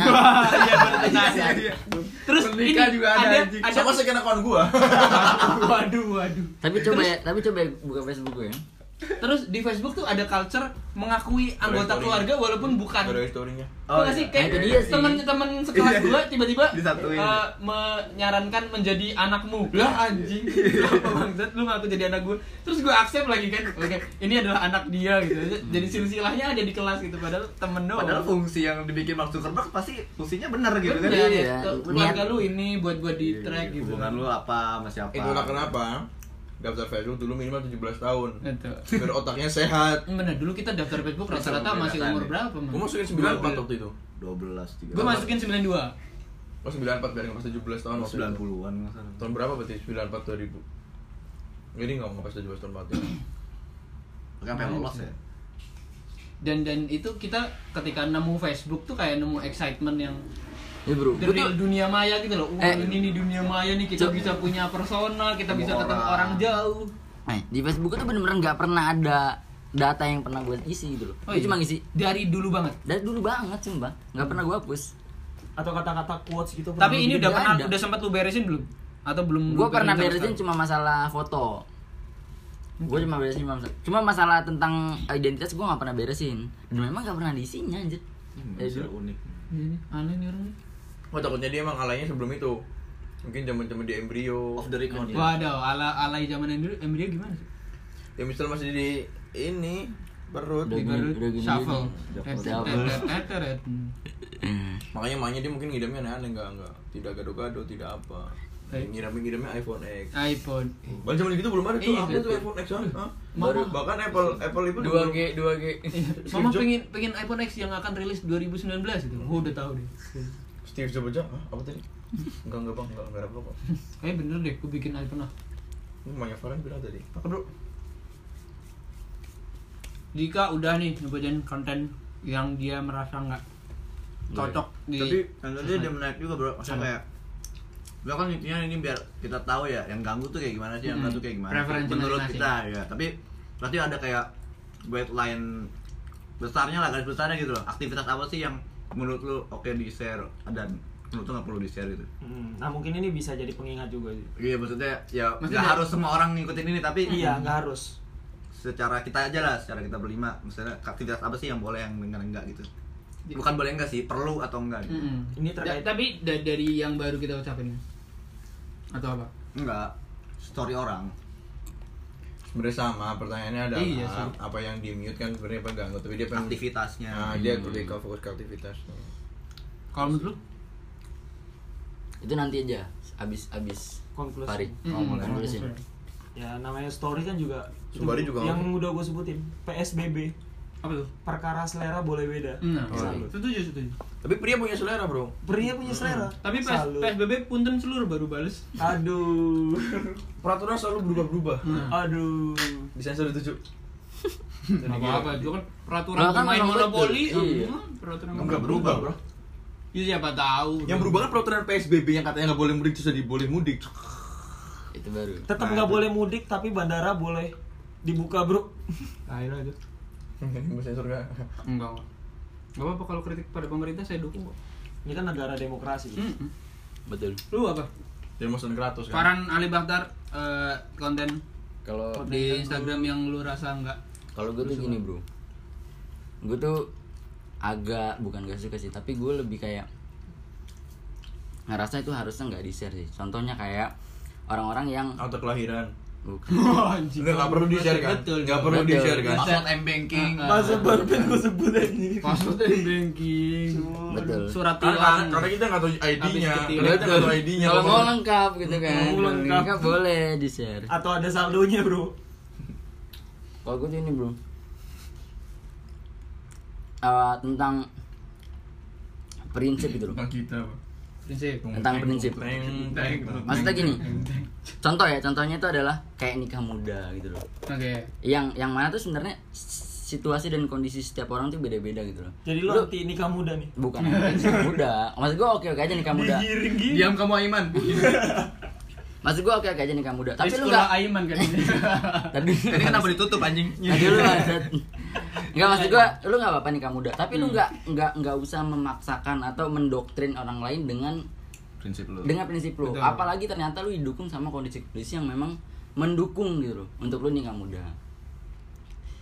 Terus Menikah ini juga ada anjing. Sama second account gua. Waduh. Tapi coba ya buka Facebook gue ya. Terus di Facebook tuh ada culture mengakui anggota keluarga walaupun bukan. Ada historinya. Oh, sih kayak Nah, itu dia sih. teman-teman sekelas gua tiba-tiba Disatuin. menyarankan menjadi anakmu. Lah anjing. Apa bangsat lu ngaku jadi anak gua. Terus gua accept lagi kan. Oke, ini adalah anak dia gitu. Jadi silsilahnya ada di kelas gitu padahal temen doang. Padahal fungsi yang dibikin Mark Zuckerberg pasti fungsinya benar gitu kan. Bener, Iya. keluarga lu ini buat di track gitu. Hubungan lu apa sama siapa? Itulah kenapa daftar Facebook dulu minimal 17 tahun. Itu. Biar otaknya sehat. Bener, dulu kita daftar Facebook rata-rata masih umur berapa, Gue Mas? masukin 94 waktu itu. 12, 13. Gua masukin 92. Oh 94 biar nggak pas 17 tahun waktu itu. 90-an nggak salah. Tahun berapa berarti? 94 2000. Jadi nggak pas 17 tahun berarti. Kan pengen lolos ya. Dan itu kita ketika nemu Facebook tuh kayak nemu excitement yang Ya bro, the real dunia maya gitu loh. Ini nih dunia maya nih kita Cuk. bisa punya persona, kita bisa Ketemu ketemu orang. orang jauh. di Facebook itu bener-bener nggak pernah ada data yang pernah gue isi gitu loh. Oh, Gue iya. cuma ngisi Dari dulu banget. dari dulu banget sumpah, nggak pernah gue hapus. Atau kata-kata quotes gitu. Tapi ini udah Nggak pernah ada. udah sempat lu beresin belum? Atau belum? Gue lu pernah sama beresin sekali? cuma masalah foto. Gue cuma beresin cuma masalah tentang identitas gue nggak pernah beresin. Dan memang nggak pernah diisinya anjir. Dari Bisa dulu. unik. Ini aneh nih orang. Oh takutnya dia emang alainya sebelum itu. Mungkin zaman-zaman di embrio. Off the record. Waduh, alay zaman yang dulu embrio gimana sih? Ya misal masih di ini perut. Udah Di gini- baru udah gini- shuffle. Shuffle. Makanya maknya dia mungkin ngidamnya aneh-aneh enggak. Tidak gado-gado, tidak apa. Ngidamnya iPhone X. iPhone. Bahkan zaman itu belum ada tuh, Iya, apa tuh iPhone X ah? Hah? Mama. Bahkan Apple itu 2G 2G. Mama pengen iPhone X yang akan rilis 2019 itu. Oh, udah tahu deh. Steve Jobs aja, hah? Apa tadi? Enggak bang, enggak ada apa-apa. Kayak bener deh, aku bikin iPhone lah. Ini mamanya Farhan bilang tadi. Apa bro? Jika udah nih ngebacain konten yang dia merasa nggak cocok di. Tapi yang tadi dia menarik juga bro. Maksudnya kayak lo kan intinya ini biar kita tahu ya yang ganggu tuh kayak gimana sih, yang enggak tuh kayak gimana. Preferensi Menurut masing-masing. kita ya. Tapi berarti ada kayak guideline besarnya lah, garis besarnya gitu loh. Aktivitas apa sih yang menurut lu oke di share dan menurut lu nggak perlu di share gitu? Nah mungkin ini bisa jadi pengingat juga sih. Iya maksudnya ya Maksudnya- nggak harus semua orang ngikutin ini tapi Iya, nggak harus. secara kita aja lah, secara kita berlima, misalnya aktivitas apa sih yang boleh yang enggak gitu. Bukan boleh enggak sih, perlu atau enggak gitu. Mm-mm. Ini terkait- tapi dari yang baru kita ucapin atau apa? Enggak, story orang. Sebenarnya sama, pertanyaannya adalah Iya sih. apa yang di mute kan sebenarnya apa enggak, tapi dia pengen Aktivitasnya. Nah, dia lebih ke fokus ke aktivitas. Kalau menurut lu? Itu nanti aja abis Konklusi. Farid. Mm-mm. Konklusi. Ya namanya story kan juga Sumbari juga yang ngerti. udah gue sebutin PSBB, Apa tuh? perkara selera boleh beda. Nah, Salut. setuju. Tapi pria punya selera, Bro. Pria punya selera. Tapi Salut. PSBB punten seluruh baru bales. Aduh. Peraturan selalu berubah-berubah. Aduh. Disensor itu, Cuk. Apa itu kan peraturan Lah, kan pemain memang monopoli. betul. Iya. Peraturan Enggak berubah, Bro. Ya siapa tahu. Yang berubah kan peraturan PSBB yang katanya nggak boleh mudik terus jadi boleh mudik. Itu baru. Tetap Nah, nggak itu. boleh mudik tapi bandara boleh dibuka, Bro. Ayo itu. Ini sensor enggak? Enggak. Enggak apa-apa kalau kritik pada pemerintah saya dukung kok. Ini kan negara demokrasi. Betul. Lu apa? Dia mesen gratis kan. Farhan Ali Bakhtar konten Kalau di Instagram yang lu rasa enggak. Kalau gue tuh gini bro, gue tuh agak bukan gak suka sih, tapi gue lebih kayak ngerasa itu harusnya nggak di share sih. Contohnya kayak orang-orang yang Akte kelahiran. bukan. Nggak perlu di-share kan? Betul. Nggak perlu Betul. di-share kan? Password M-banking. Masa baru pengen gue sebut aja. Password banking. Betul. Surat Karena, tilang. karena kita nggak tahu ID-nya. Habis ketilang. Karena kita nggak tahu ID-nya. Kalau mau lengkap gitu kan, Mau lengkap. nggak boleh di share. Atau ada saldonya, Bro. Kalau gue tuh ini bro, tentang prinsip gitu loh. Tentang kita, Bro. Prinsip. Tentang prinsip. Maksudnya gini, contohnya itu adalah kayak nikah muda gitu loh. Oke. Yang mana tuh sebenarnya situasi dan kondisi setiap orang tuh beda-beda gitu loh. Jadi lo Lu- anti nikah muda nih. Bukan prinsip muda. Maksud gue oke aja nikah muda. Digiring gini. Diam kamu Aiman. Maksud gue oke aja nikah muda. Tapi Di lu sekolah nggak. Aiman kan ini. Tadi Ini kenapa ditutup anjing? Tadi lu maksud. Enggak maksud gua lu enggak apa-apa nikah muda, tapi lu enggak usah memaksakan atau mendoktrin orang lain dengan Prinsip lu. prinsip lu. Betul. Apalagi ternyata lu didukung sama kondisi yang memang mendukung gitu loh untuk lu nikah muda.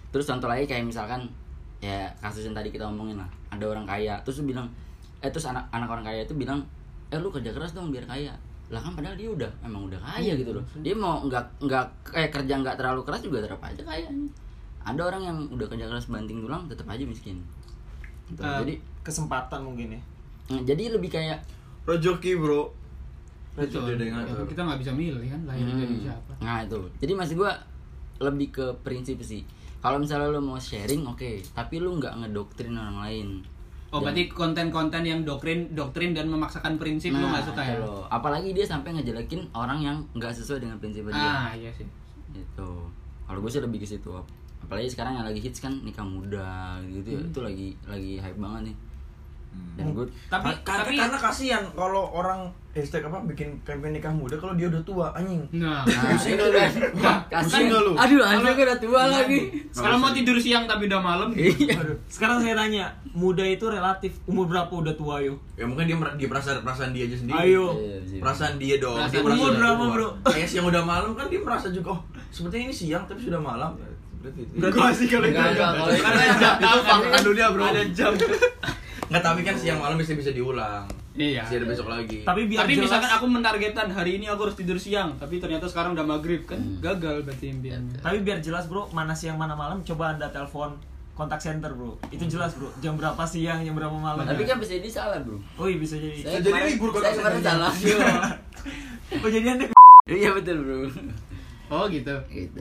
Terus contoh lagi kayak misalkan ya kasus yang tadi kita omongin lah, ada orang kaya terus bilang terus anak orang kaya itu bilang lu kerja keras dong biar kaya. Lah kan padahal dia emang udah kaya gitu loh. Dia mau nggak kerja nggak terlalu keras juga tetap aja kaya. Ada orang yang udah kerja keras banting tulang tetap aja miskin. Gitu. Jadi kesempatan mungkin ya. Jadi lebih kayak Rezeki bro. Betul. Kita nggak bisa milih kan lahir dari siapa. Nah itu. Jadi maksud gua lebih ke prinsip sih. Kalau misalnya lu mau sharing oke, tapi lu nggak ngedoktrin orang lain. Oh, berarti konten-konten yang doktrin dan memaksakan prinsip lu nggak suka ya? Loh. Apalagi dia sampai ngejelekin orang yang nggak sesuai dengan prinsip dia. Iya sih. Gitu. Kalau gue sih lebih ke situ. Apalagi sekarang yang lagi hits kan nikah muda gitu ya. Itu lagi hype banget nih. Dan gue Tapi Karena kasihan kalau orang bikin campaign nikah muda kalau dia udah tua anjing. nah, Pusing gak lu? Pusing gak lu? Aduh, anjing udah tua lagi. sekarang mau tidur siang tapi udah malam. Sekarang saya tanya, muda itu relatif umur berapa udah tua yo? Ya mungkin dia perasaan dia aja sendiri. Ayo. Perasaan dia dong. Perasaan Dia merasa umur udah berapa, tua. bro? Kayak siang udah malam kan dia merasa juga sepertinya ini siang tapi sudah malam. Berarti itu. Berarti sih kalau Karena itu fakta dunia, bro. Ada jam. Nggak, tapi kan siang malam bisa diulang. Iya. Masih ada besok lagi. Tapi biar jelas, misalkan aku mentargetkan hari ini aku harus tidur siang, tapi ternyata sekarang udah maghrib kan gagal berarti impiannya. tapi biar jelas bro, mana siang mana malam, coba Anda telepon kontak center bro. Itu jelas bro, jam berapa siang, jam berapa malam. Tapi kan bisa jadi salah, bro. Oh iya bisa jadi. Saya jadi kemarin- libur saya kontak kemarin centernya. salah. Oh jadi Anda Iya betul, bro. Oh gitu. Gitu.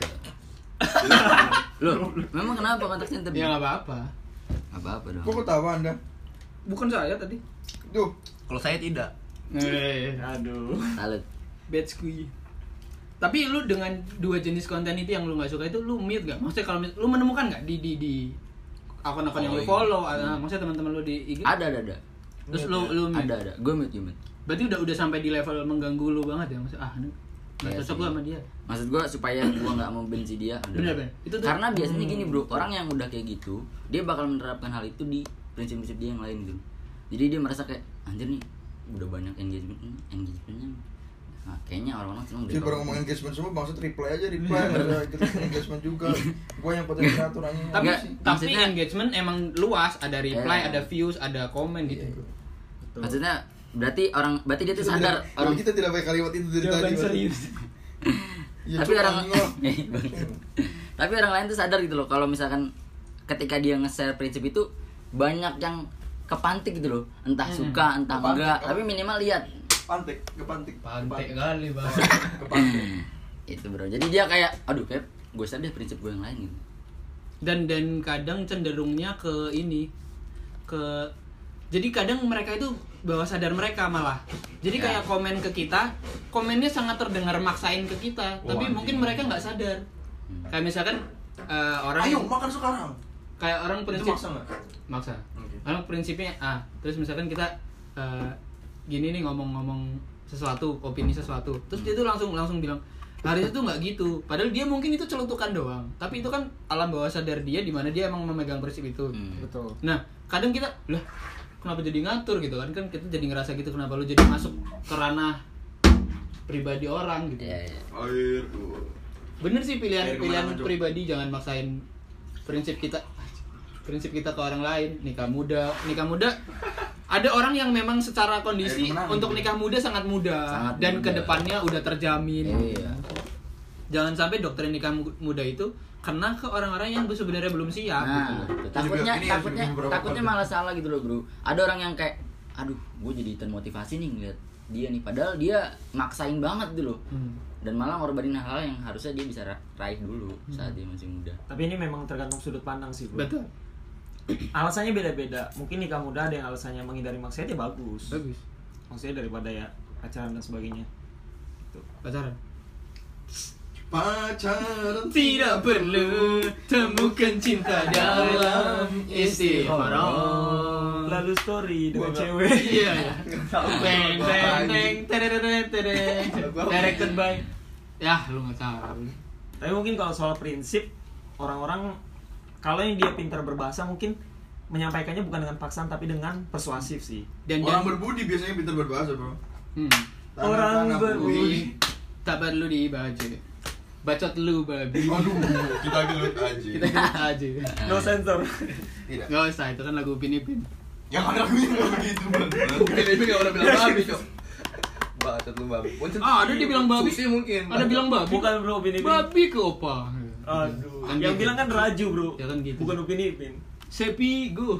Loh, memang kenapa kontak center? Ya nggak apa-apa. Apa-apa dong. Kok ketawa Anda? Bukan saya tadi. Tuh. Kalau saya tidak. aduh. Salut. Bad squee. Tapi lu dengan dua jenis konten itu yang lu nggak suka itu lu mute gak? Maksudnya kalau lu menemukan nggak di akun-akun yang lu follow, maksudnya teman-teman lu di IG? Ada. Terus lu mute. Ada. Gue mute. Berarti udah sampai di level mengganggu lu banget ya, maksudnya ini nggak Iya cocok sih. lu sama dia. Maksud gue supaya gue nggak membenci dia. Bener. Itu tuh. Karena biasanya gini bro, orang yang udah kayak gitu, dia bakal menerapkan hal itu di prinsip-prinsip dia yang lain gitu. Jadi dia merasa kayak anjir nih, udah banyak engagementnya. Nah, kayaknya orang-orang seneng deh. Jadi baru ngomong engagement semua, maksud reply aja, ada ikut engagement juga. Gua yang potensiator anjing. Tapi Enggak, tapi maksudnya- engagement emang luas, ada reply, Iya. ada views, ada komen gitu. Maksudnya berarti dia tuh sadar orang orang kita tidak pakai kalimat itu dari tadi. Ya, tapi cuma orang Allah. tapi orang lain tuh sadar gitu loh kalau misalkan ketika dia nge-share prinsip itu banyak yang kepantik gitu loh, entah suka entah Kepantik, enggak, oh. tapi minimal lihat kepantik. Pantai kali, Bang. Kepantik. itu bro. Jadi dia kayak aduh kayak gue sadar prinsip gue yang lain gitu. Dan kadang cenderungnya ke ini jadi kadang mereka itu bawah sadar mereka malah. Jadi Ya. kayak komen ke kita, komennya sangat terdengar maksain ke kita, tapi mungkin mereka nggak sadar. Kayak misalkan orang Ayo makan sekarang. kayak orang Itu prinsip maksa nggak? maksa. Oke. Orang prinsipnya terus misalkan kita gini nih ngomong sesuatu, opini sesuatu, terus dia tuh langsung bilang Haris itu nggak gitu, padahal dia mungkin itu celutukan doang, tapi itu kan alam bawah sadar dia di mana dia emang memegang prinsip itu. Betul. Nah kadang kita lah kenapa jadi ngatur gitu kan kita jadi ngerasa gitu, kenapa lu jadi masuk ke ranah pribadi orang gitu. Ya. Air tuh. Bener sih pilihan Air kemana, Cuk? pribadi, jangan maksain prinsip kita ke orang lain. Nikah muda ada orang yang memang secara kondisi Air kemana, untuk Cuk? nikah muda sangat muda Sangat dan muda. kedepannya udah terjamin. Iya. Jangan sampai doktrin nikah muda itu kena ke orang-orang yang sebenarnya belum siap gitu Nah, loh. takutnya Ini harus beberapa takutnya part. malah salah gitu loh bro. Ada orang yang kayak aduh gue jadi termotivasi nih ngeliat dia nih, padahal dia maksain banget gitu loh. Dan malah ngorbanin hal-hal yang harusnya dia bisa raih dulu saat dia masih muda. Tapi ini memang tergantung sudut pandang sih bro. Betul. Alasannya beda-beda. Mungkin nikah muda ada yang alasannya menghindari maksiat ya bagus. Bagus. Maksudnya daripada ya pacaran dan sebagainya. Pacaran. Pacaran Tidak perlu temukan cinta dalam istiqoroh. Lalu story dengan Gua cewek. Iya. Beng beng beng tereng tereng. Directed by. Ya, lu nggak tahu. Tapi mungkin kalau soal prinsip, orang-orang kalau yang dia pintar berbahasa mungkin menyampaikannya bukan dengan paksaan tapi dengan persuasif sih. Dan Orang berbudi biasanya pintar berbahasa, bro. hmm, Orang Tanah-tanah berbudi. bumi. tak perlu dibaca. Bacot lu babi. Aduh, kita gelut aja. Kita gelut aja. No sensor. Tidak. Gak usah, itu kan lagu Upin Ipin. Yang ada lagunya nggak begitu bang. Ini nggak pernah bilang babi cok. Bacot lu babi. Ada dia bilang babi. Susi mungkin. Ada bilang babi. Bukan bro, Upin Ipin. Babi ke opa. Aduh. Kan Yang gitu. bilang kan Raju bro. Ya kan gitu. Bukan Upin Ipin. Sepi go.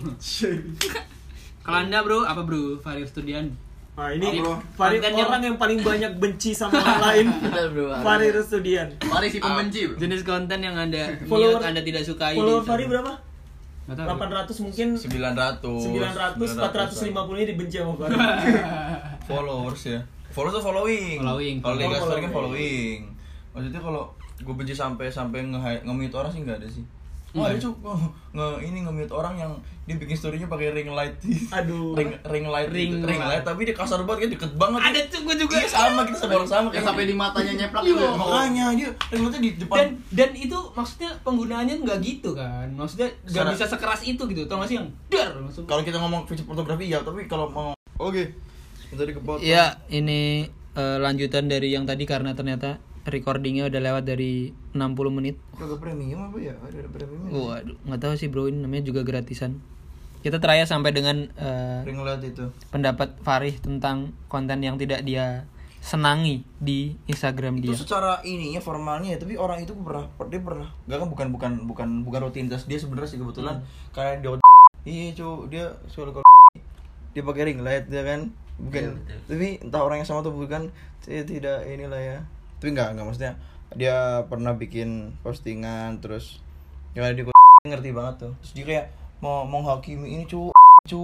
Kalau Anda bro, apa bro? Farid Studian. Nah ini Bro, Farid konten yang- orang yang paling banyak benci sama orang lain. Betul bro. Farid Studian. Mari si pembenci bro. Jenis konten yang Anda Follower- niat Anda tidak sukai. Follower di Farid Instagram. berapa? Nggak tahu. 800 mungkin 900 900 450 ini dibenci sama Farid. followers ya. Followers tuh following. Following. Kalau legal story kan Following. following. Maksudnya kalau gue benci sampai nge-mute orang sih nggak ada sih. Nggak Ada cuk, nge-mute orang yang dia bikin story-nya pakai ring light. Aduh. ring light, Ring ring light, light. tapi dia kasar banget, dia deket banget. Ada tuh gue juga. Iya sama, kita sama orang sama. Yang sampai di matanya nyeplak Iya. juga. Makanya dia ring lightnya di depan. Dan itu maksudnya penggunaannya nggak gitu kan. Maksudnya nggak Secara- bisa sekeras itu gitu. Tau gak sih yang dar langsung. Kalau kita ngomong fisik fotografi ya, tapi kalau mau tadi kepotong. Iya, ini lanjutan dari yang tadi karena ternyata recordingnya udah lewat dari 60 menit. Kagak premium apa ya? Ada premium. Waduh, nggak tahu sih bro, ini namanya juga gratisan. Kita terakhir sampai dengan Ring light itu. pendapat Farih tentang konten yang tidak dia senangi di Instagram Itu dia. secara ininya formalnya ya, tapi orang itu dia pernah enggak kan bukan rutinitas dia sebenarnya sih kebetulan karena dia iya cuy dia soal dia pakai ring light ya kan bukan Iya, betul. tapi entah orang yang sama tuh bukan saya tidak inilah ya tapi enggak maksudnya dia pernah bikin postingan terus ya dia ngerti banget tuh terus dia kayak mau menghakimi ini cu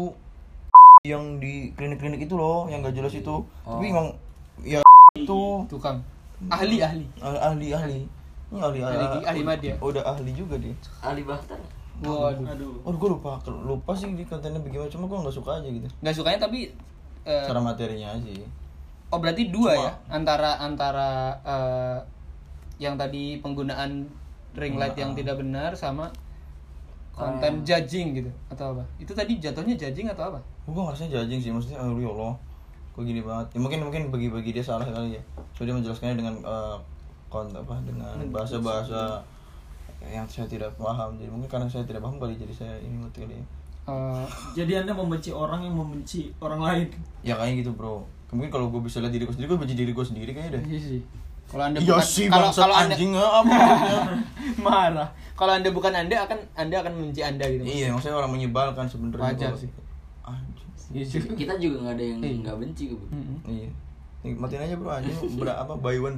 yang di klinik-klinik itu loh yang gak jelas itu tapi emang ya itu Tukang ahli ahli ini ahli media. udah ahli juga dia Ali Bakhtar. Waduh. Aduh. gue lupa sih di kontennya bagaimana cuma gue nggak suka aja gitu Nggak sukanya tapi cara materinya aja oh berarti dua Cuma- ya antara yang tadi penggunaan ring light yang tidak benar sama konten judging gitu atau apa? Itu tadi jatuhnya judging atau apa? gue ngerasanya judging sih maksudnya ya Allah kok gini banget ya, mungkin bagi dia salah kali ya so dia menjelaskannya dengan dengan bahasa yang saya tidak paham jadi mungkin karena saya tidak paham kali jadi saya ini ngerti kali ya. Jadi Anda membenci orang yang membenci orang lain. Ya kayaknya gitu bro mungkin kalau gue bisa lihat diri gue sendiri gue benci diri gue sendiri kayaknya deh Iya sih. Kalau Anda iya bukan sih kalau bangsat Anda anjing apa maksudnya? marah. Kalau Anda bukan Anda akan membenci Anda gitu. Iya maksudnya orang menyebalkan sebenarnya Wajar kalau- sih. Anjing. Iya sih. Kita juga nggak ada yang nggak benci bro. Iya. Nih, matiin aja bro anjing buy one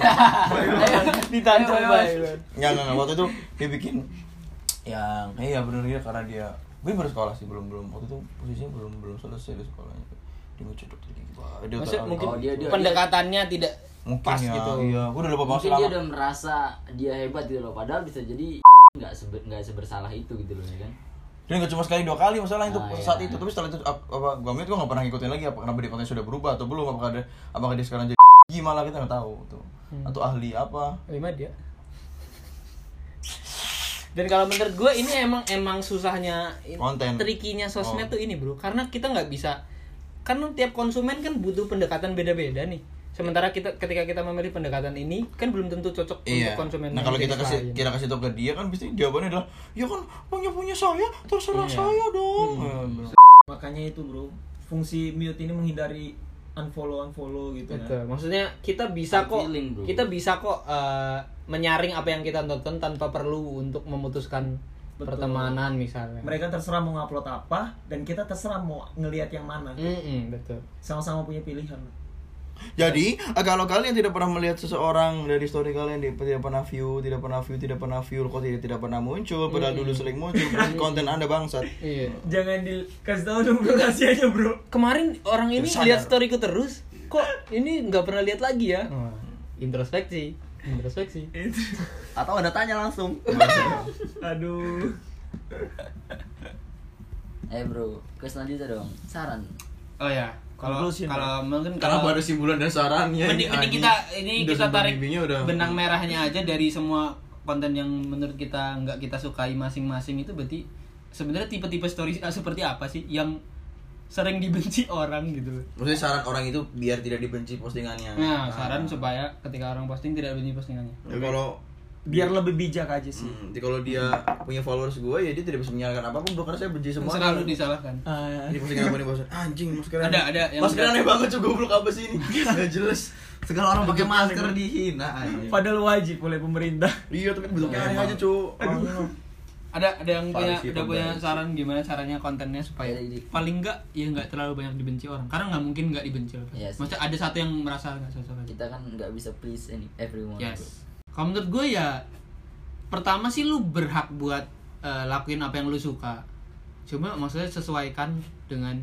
Ditancap baik. Enggak waktu itu dia bikin yang iya bener dia karena dia gue baru sekolah sih belum waktu itu posisinya belum selesai di sekolahnya dia ngecedok tinggi banget dia Maksudnya udah mungkin Oh, dia- pendekatannya tidak mungkin pas ya, gitu. iya gue udah lupa banget Mungkin dia selama udah merasa dia hebat gitu loh. Padahal bisa jadi nggak sebersalah itu gitu loh ya kan. dia nggak cuma sekali 2 kali masalah itu Ah, saat iya. itu tapi setelah itu apa gue ngeliat gue nggak pernah ngikutin lagi apa kenapa dia konten sudah berubah atau belum apakah dia sekarang jadi malah kita nggak tahu tuh atau ahli apa Lima dia. Dan kalau menurut gue ini emang susahnya Konten. trikinya sosmed Oh. tuh ini bro, karena kita nggak bisa, karena tiap konsumen kan butuh pendekatan beda-beda nih. Sementara ketika kita memilih pendekatan ini kan belum tentu cocok iya untuk konsumen. nah kalau yang kita jenis lain. kasih tau ke dia kan pasti jawabannya adalah ya kan punya saya terserah Iya. saya dong Makanya itu bro, fungsi mute ini menghindari unfollow gitu Betul. kan. Maksudnya kita bisa kok Feeling, bro. menyaring apa yang kita tonton tanpa perlu untuk memutuskan Betul. pertemanan misalnya. Mereka terserah mau ngupload apa dan kita terserah mau ngelihat yang mana. Betul. Sama-sama punya pilihan. jadi kalau kalian tidak pernah melihat seseorang dari story kalian tidak pernah view kok tidak pernah muncul padahal dulu sering muncul berarti konten anda bangsat Iya. Jangan dikasih tahu dong bro, kasih aja bro. Kemarin orang ini Sadar. lihat storyku terus, kok ini nggak pernah lihat lagi ya? Introspeksi. Atau Anda tanya langsung. Aduh. Bro, ke selanjutnya dong. Saran. Oh ya, kalau Conclusion, mungkin karena baru simpulan dan sarannya mending anjing. ini Udah kita tarik bimbing-bimbingnya udah benang merahnya aja dari semua konten yang menurut kita nggak kita sukai masing-masing itu berarti sebenarnya tipe-tipe story seperti apa sih yang sering dibenci orang gitu. Maksudnya saran orang itu biar tidak dibenci postingannya. Nah, saran supaya ketika orang posting tidak benci postingannya. Ya, kalau Biar lebih bijak aja sih. jadi kalau dia punya followers gue ya dia tidak bisa menyalahkan apapun bro, karena saya benci semua. Selalu disalahkan. Ini postingan apa nih bos? Anjing maskeran. Ada yang maskeran aneh banget cuy, goblok apa sih ini? Gak jelas. Segala orang pakai masker dihina anjing. Padahal wajib oleh pemerintah. Iya tapi bentuknya aneh aja cuy. Ada yang punya Parisi, udah punya pembaris. saran gimana caranya kontennya supaya paling enggak ya enggak terlalu banyak dibenci orang. Karena nggak mungkin nggak dibenci orang. Yes. Maksudnya ada satu yang merasa nggak cocok aja. Kita kan nggak bisa please everyone. Yes. Kalau menurut gue ya pertama sih lu berhak buat lakuin apa yang lu suka. Cuma maksudnya sesuaikan dengan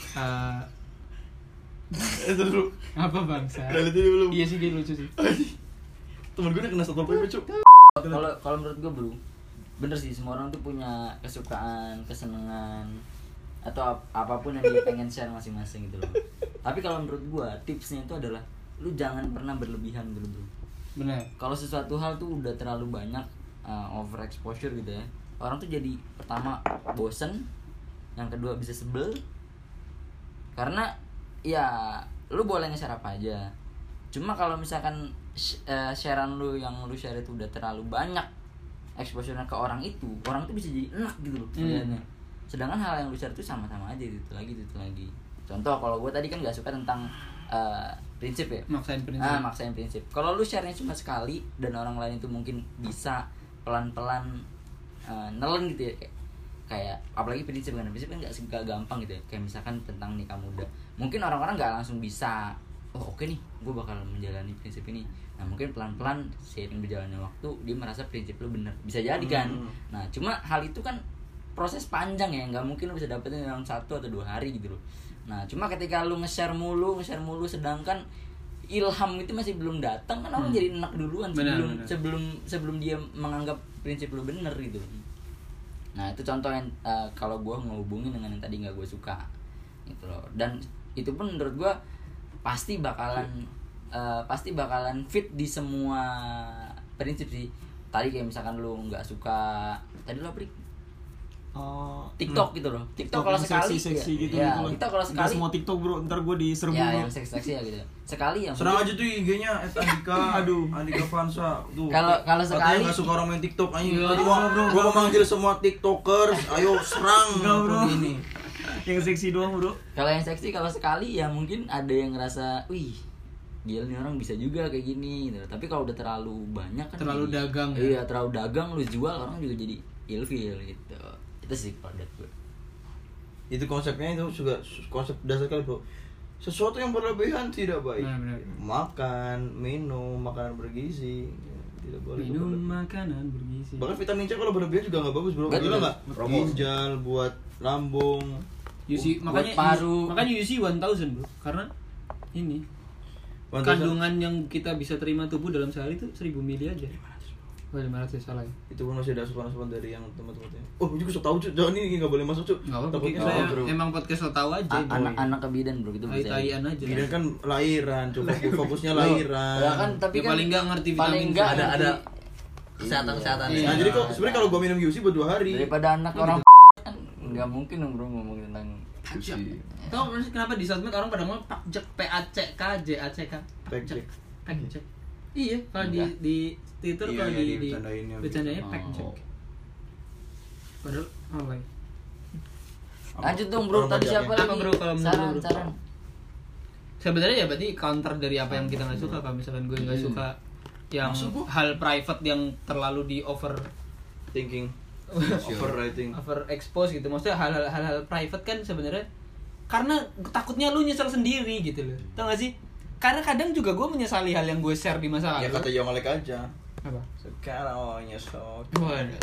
Itu dulu. apa bangsa. Kali itu dulu. Iya sih dia lucu sih. Temen gue udah kena satpol pp cuy. Kalau menurut gue bro, bener sih semua orang tuh punya kesukaan, kesenangan atau apapun yang dia pengen share masing-masing gitu loh. Tapi kalau menurut gue tipsnya itu adalah lu jangan pernah berlebihan dulu bro. Benar. Kalau sesuatu hal tuh udah terlalu banyak overexposure gitu ya, orang tuh jadi pertama bosen, yang kedua bisa sebel karena ya lu boleh nge-share apa aja, cuma kalau misalkan sharean lu yang lu share itu udah terlalu banyak exposure-nya ke orang itu tuh bisa jadi enak gitu loh melihatnya. Sedangkan hal yang lu share itu sama-sama aja gitu lagi. Contoh kalau gue tadi kan gak suka tentang prinsip ya, maksain prinsip. Kalau lu share-nya cuma sekali dan orang lain itu mungkin bisa pelan-pelan nelen gitu ya, kayak apalagi prinsip kan nggak gampang gitu ya, kayak misalkan tentang nikah muda, mungkin orang-orang nggak langsung bisa oke nih gue bakal menjalani prinsip ini. Nah mungkin pelan-pelan seiring berjalannya waktu dia merasa prinsip lu bener, bisa jadi kan. Nah cuma hal itu kan proses panjang ya, nggak mungkin lu bisa dapetin dalam 1 atau 2 hari gitu loh. Nah cuma ketika lu nge-share mulu sedangkan ilham itu masih belum datang kan orang jadi enak duluan sebelum dia menganggap prinsip lu bener gitu. Nah itu contoh yang kalau gue ngehubungin dengan yang tadi nggak gue suka gitu loh. Dan itu pun menurut gue pasti bakalan fit di semua prinsip sih. Tadi kayak misalkan lu nggak suka tadi lu apa TikTok gitu loh. TikTok kalau sekali seksi gitu. Ya, Gitu. TikTok kalau Nggak sekali semua TikTok bro, ntar gue diserbu ya bro. yang seksi ya gitu. Sekali ya. Serang aja tuh IG-nya @andika. Aduh. Andika Fansa. Tuh. Kalau sekali enggak suka orang main TikTok anjing. Iya, Gua mau manggil semua TikTokers, ayo serang Bro. ini. Yang seksi doang bro. Kalau yang seksi kalau sekali ya mungkin ada yang ngerasa, wih, gila nih orang bisa juga kayak gini gitu. Tapi kalau udah terlalu banyak kan Terlalu jadi- dagang ya? Iya, terlalu dagang lu jual orang juga jadi ilfil gitu. Itu sih kalau menurut gue. Itu konsepnya itu juga konsep dasar kali bro. Sesuatu yang berlebihan tidak baik. Benar. Makan, minum, makanan bergizi tidak boleh. Minum berlebihan. makanan bergizi. Bahkan vitamin C kalau berlebihan juga nggak bagus bro. Betul. Gila nggak? Ginjal buat lambung. UC Buat makanya paru. makanya UC 1000 bro. Karena ini kandungan yang kita bisa terima tubuh dalam sehari itu 1000 mili aja. 500 salah ya. Itu pun masih ada asupan-asupan dari yang teman-temannya. Oh, juga sok tahu cuy. Jangan ini nggak boleh masuk cuy. Enggak apa-apa. Takutnya Saya bro. emang podcast lo tahu aja. boy. Anak kebidan bro gitu bisa. Tai-taian aja. Gini kan lahiran, coba fokusnya lahiran. Ya kan tapi Ya, kan paling nggak ngerti paling vitamin nggak C. ngerti- ada kesehatan Iya. Nah, jadi kok sebenarnya kalau gua minum UC buat 2 hari. daripada anak orang kan nggak mungkin dong bro ngomong tentang Pajak. Tahu kenapa di sosmed orang pada ngomong pajak PACK? Pajak. Pajak. Iya, kalau di Twitter Iya, kalau iya, di dibicarainnya bercandanya gitu. pajak. Oh. Padahal alay. lanjut dong bro, Orang tadi pajaknya. siapa Apa, lagi bro, kalau menurut lu, bro? saran Sebenarnya ya berarti counter dari apa yang kita nggak suka. Kalau misalkan gue nggak suka yang hal private yang terlalu di Thinking. Overwriting. expose gitu. Maksudnya hal-hal private kan sebenarnya karena takutnya lu nyesel sendiri gitu loh. Tau gak sih? Karena kadang juga gue menyesali hal yang gue share di masa Ya lalu. kata Jamalek aja. Apa? Sekarang awalnya sok. Waduh.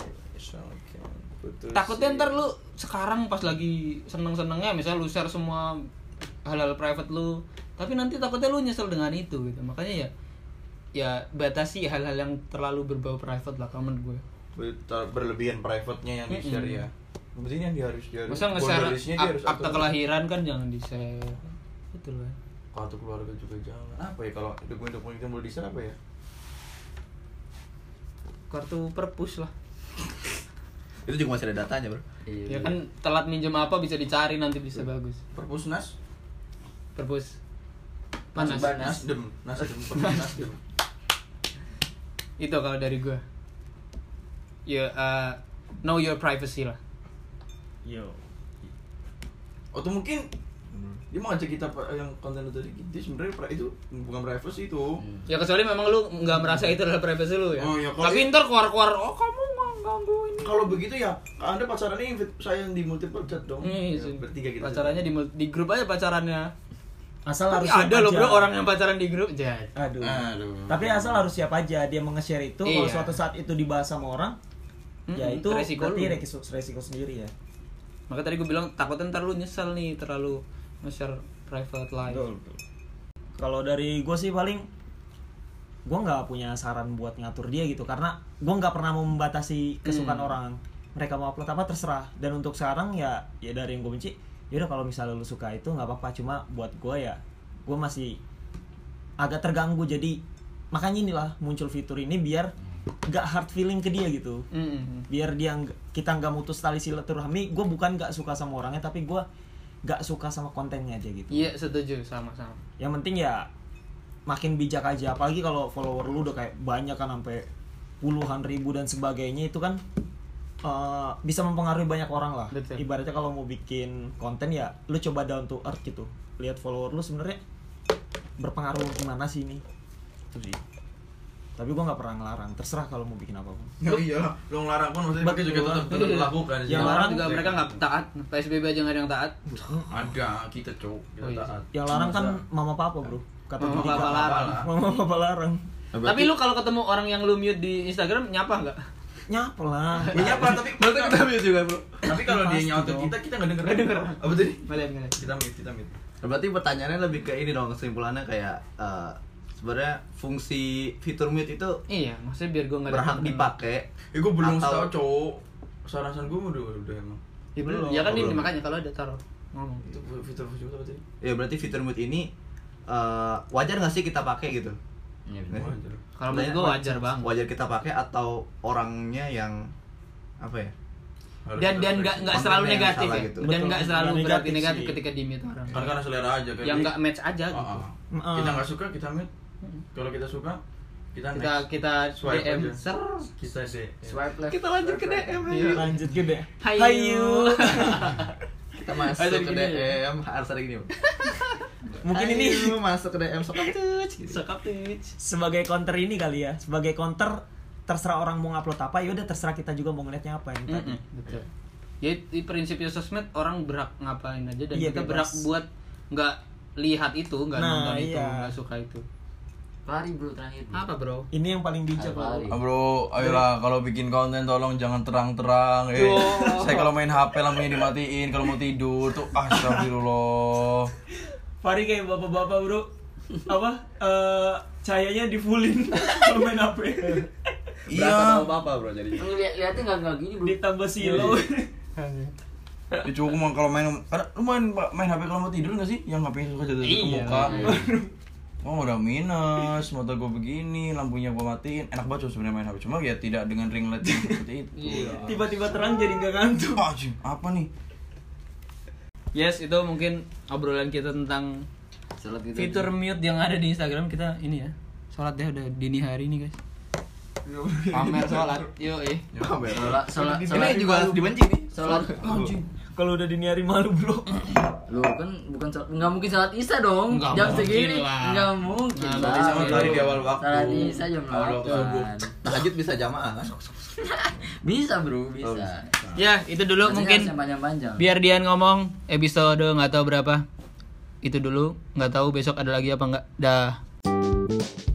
Takutnya ntar lu sekarang pas lagi seneng-senengnya misalnya lu share semua hal-hal private lu, tapi nanti takutnya lu nyesel dengan itu gitu. Makanya ya batasi hal-hal yang terlalu berbau private lah kalau menurut gue. Berlebihan private-nya yang di-share ya. Berarti ini yang dia harus Masa nge-share borderless-nya dia harus akta atur. kelahiran kan jangan di-share. Betul kan? Kartu keluarga juga jangan. Apa ya kalau dokumen-dokumen itu boleh di-share apa ya? Kartu perpus lah. Itu juga masih ada datanya, Bro. Ya kan telat minjem apa bisa dicari nanti bisa bagus. Perpusnas. Perpus. Panas. Nasdem. Nasdem. Itu kalau dari gua. Ya know your privacy lah. Yo. Atau mungkin dia mau ngajak kita yang konten itu tadi, dia sebenarnya itu bukan privacy itu. Ya kecuali memang lu nggak merasa itu adalah privacy lu ya. Oh, ya, kalau Tapi ntar keluar-keluar, oh kamu ganggu ini. Kalau begitu ya, Anda pacarannya invite saya di multiple chat dong. Iya, Ya, bertiga kita. pacarannya di grup aja pacarannya. Asal Tapi harus siap ada loh aja. bro orang yang pacaran di grup jadi. Aduh. Aduh. Tapi asal harus siap aja dia mau nge-share itu kalau Iya. suatu saat itu dibahas sama orang, ya itu resiko berarti lu. resiko sendiri ya. Maka tadi gue bilang takutnya ntar lu nyesel nih terlalu nge-share private life. Betul. Kalau dari gue sih paling gue nggak punya saran buat ngatur dia gitu karena gue nggak pernah mau membatasi kesukaan orang. Mereka mau upload apa terserah. Dan untuk sekarang ya dari yang gue benci, yaudah kalau misalnya lu suka itu nggak apa-apa. Cuma buat gue ya gue masih agak terganggu jadi makanya inilah muncul fitur ini biar nggak hard feeling ke dia gitu. Biar kita nggak mutus tali silaturahmi. Gue bukan nggak suka sama orangnya tapi gue nggak suka sama kontennya aja gitu. Iya setuju sama-sama. Yang penting ya makin bijak aja, apalagi kalau follower lu udah kayak banyak kan sampai puluhan ribu dan sebagainya itu kan bisa mempengaruhi banyak orang lah. Betul. Ibaratnya kalau mau bikin konten ya lu coba down to earth gitu, lihat follower lu sebenarnya berpengaruh gimana sih ini itu sih. Tapi gua nggak pernah ngelarang, terserah kalau mau bikin apapun. Ya iyalah, lu ngelarang pun maksudnya mereka juga tetap lakukan. Yang Yang larang orang juga mereka nggak taat. PSBB aja nggak ada yang taat. Ada kita cowok, kita Oh, iya. taat. Yang larang kan mama papa bro, kata Mama Judika. papa larang. Mama papa larang. Tapi lu kalau ketemu orang yang lu mute di Instagram nyapa nggak? Nyapa lah. Ya apa tapi Berarti kita mute juga bro. tapi kalau dia Pasti nyautin dong. kita nggak denger. Apa tadi? Kalian. Kita mute. Berarti pertanyaannya lebih ke ini dong, kesimpulannya kayak sebenarnya fungsi fitur mute itu Iya, maksudnya biar gue nggak berhak dipakai. Gue belum Atau- tahu cowok. Saran gue udah emang. Ya, belum. Belum. Ya kan ini Belum. makanya kalau ada taruh ngomong. Itu fitur apa tadi? Ya berarti fitur mute ini wajar nggak sih kita pakai gitu? Iya, Eh, Wajar. Kalau menurut gue wajar banget. Wajar kita pakai atau orangnya yang apa ya? Dan nggak Kontennya selalu yang negatif salah ya. gitu. Dan Betul, nggak selalu nggak berarti negatif negatif sih. ketika di mute orang. Kan karena selera aja kayak Yang dia- nggak match aja gitu. Kita nggak suka kita mute. Kalau kita suka kita next. Kita Swipe DM aja. ser. Kita deh. Swipe left. Kita lanjut ke DM. Iya, lanjut gede. Hayu. Kita masuk Ada ke gini ya? DM harus ada gini. Mungkin ini masuk ke DM sokap tuh. Sekap sebagai counter ini kali ya, sebagai counter terserah orang mau ngupload apa ya udah terserah kita juga mau ngeliatnya apa yang tadi. Betul. Ya di prinsipnya sosmed orang berhak ngapain aja dan Iya, kita bebas. berhak buat nggak lihat itu, nggak Nah, nonton itu, iya. nggak suka itu. Pari bro terakhir. Apa bro? Ini yang paling bijak Apa? loh. Bro, ayolah kalau bikin konten tolong jangan terang-terang. Saya kalau main HP lampunya dimatiin, kalau mau tidur tuh astagfirullah. Fari kayak bapak-bapak bro, apa cahayanya di fullin kalau main HP. Iya. apa bro jadi. Lu lihatnya nggak gini bro. Ditambah silo. Ya cukup mah kalau main lu main HP kalau mau tidur nggak sih? Yang HP suka jatuh ke Iya. muka. Oh udah minus, mata gue begini, lampunya gue matiin. Enak banget sebenarnya main HP, cuma ya tidak dengan ring light yang seperti itu. Iya. Tiba-tiba terang jadi nggak ngantuk. Anjing, apa nih? Yes, itu mungkin obrolan kita tentang Salat gitu. fitur mute yang ada di Instagram kita ini ya. Sholat ya udah dini hari nih guys. Pamer sholat, yuk Salat Ini juga harus dibenci nih. salat. Kalau udah dini hari malu bro. Lu kan bukan nggak mungkin salat isya dong. Nggak Jam mungkin segini lah. nggak mungkin. Nggak lah. mungkin sama tadi di awal waktu. Salat isya jam Awal waktu 8. Tahajud bisa jamaah kan? Bisa bro, bisa. Ya, itu dulu Maksudnya mungkin harus yang panjang-panjang. biar Dian ngomong episode nggak tahu berapa. Itu dulu, nggak tahu besok ada lagi apa nggak. Dah.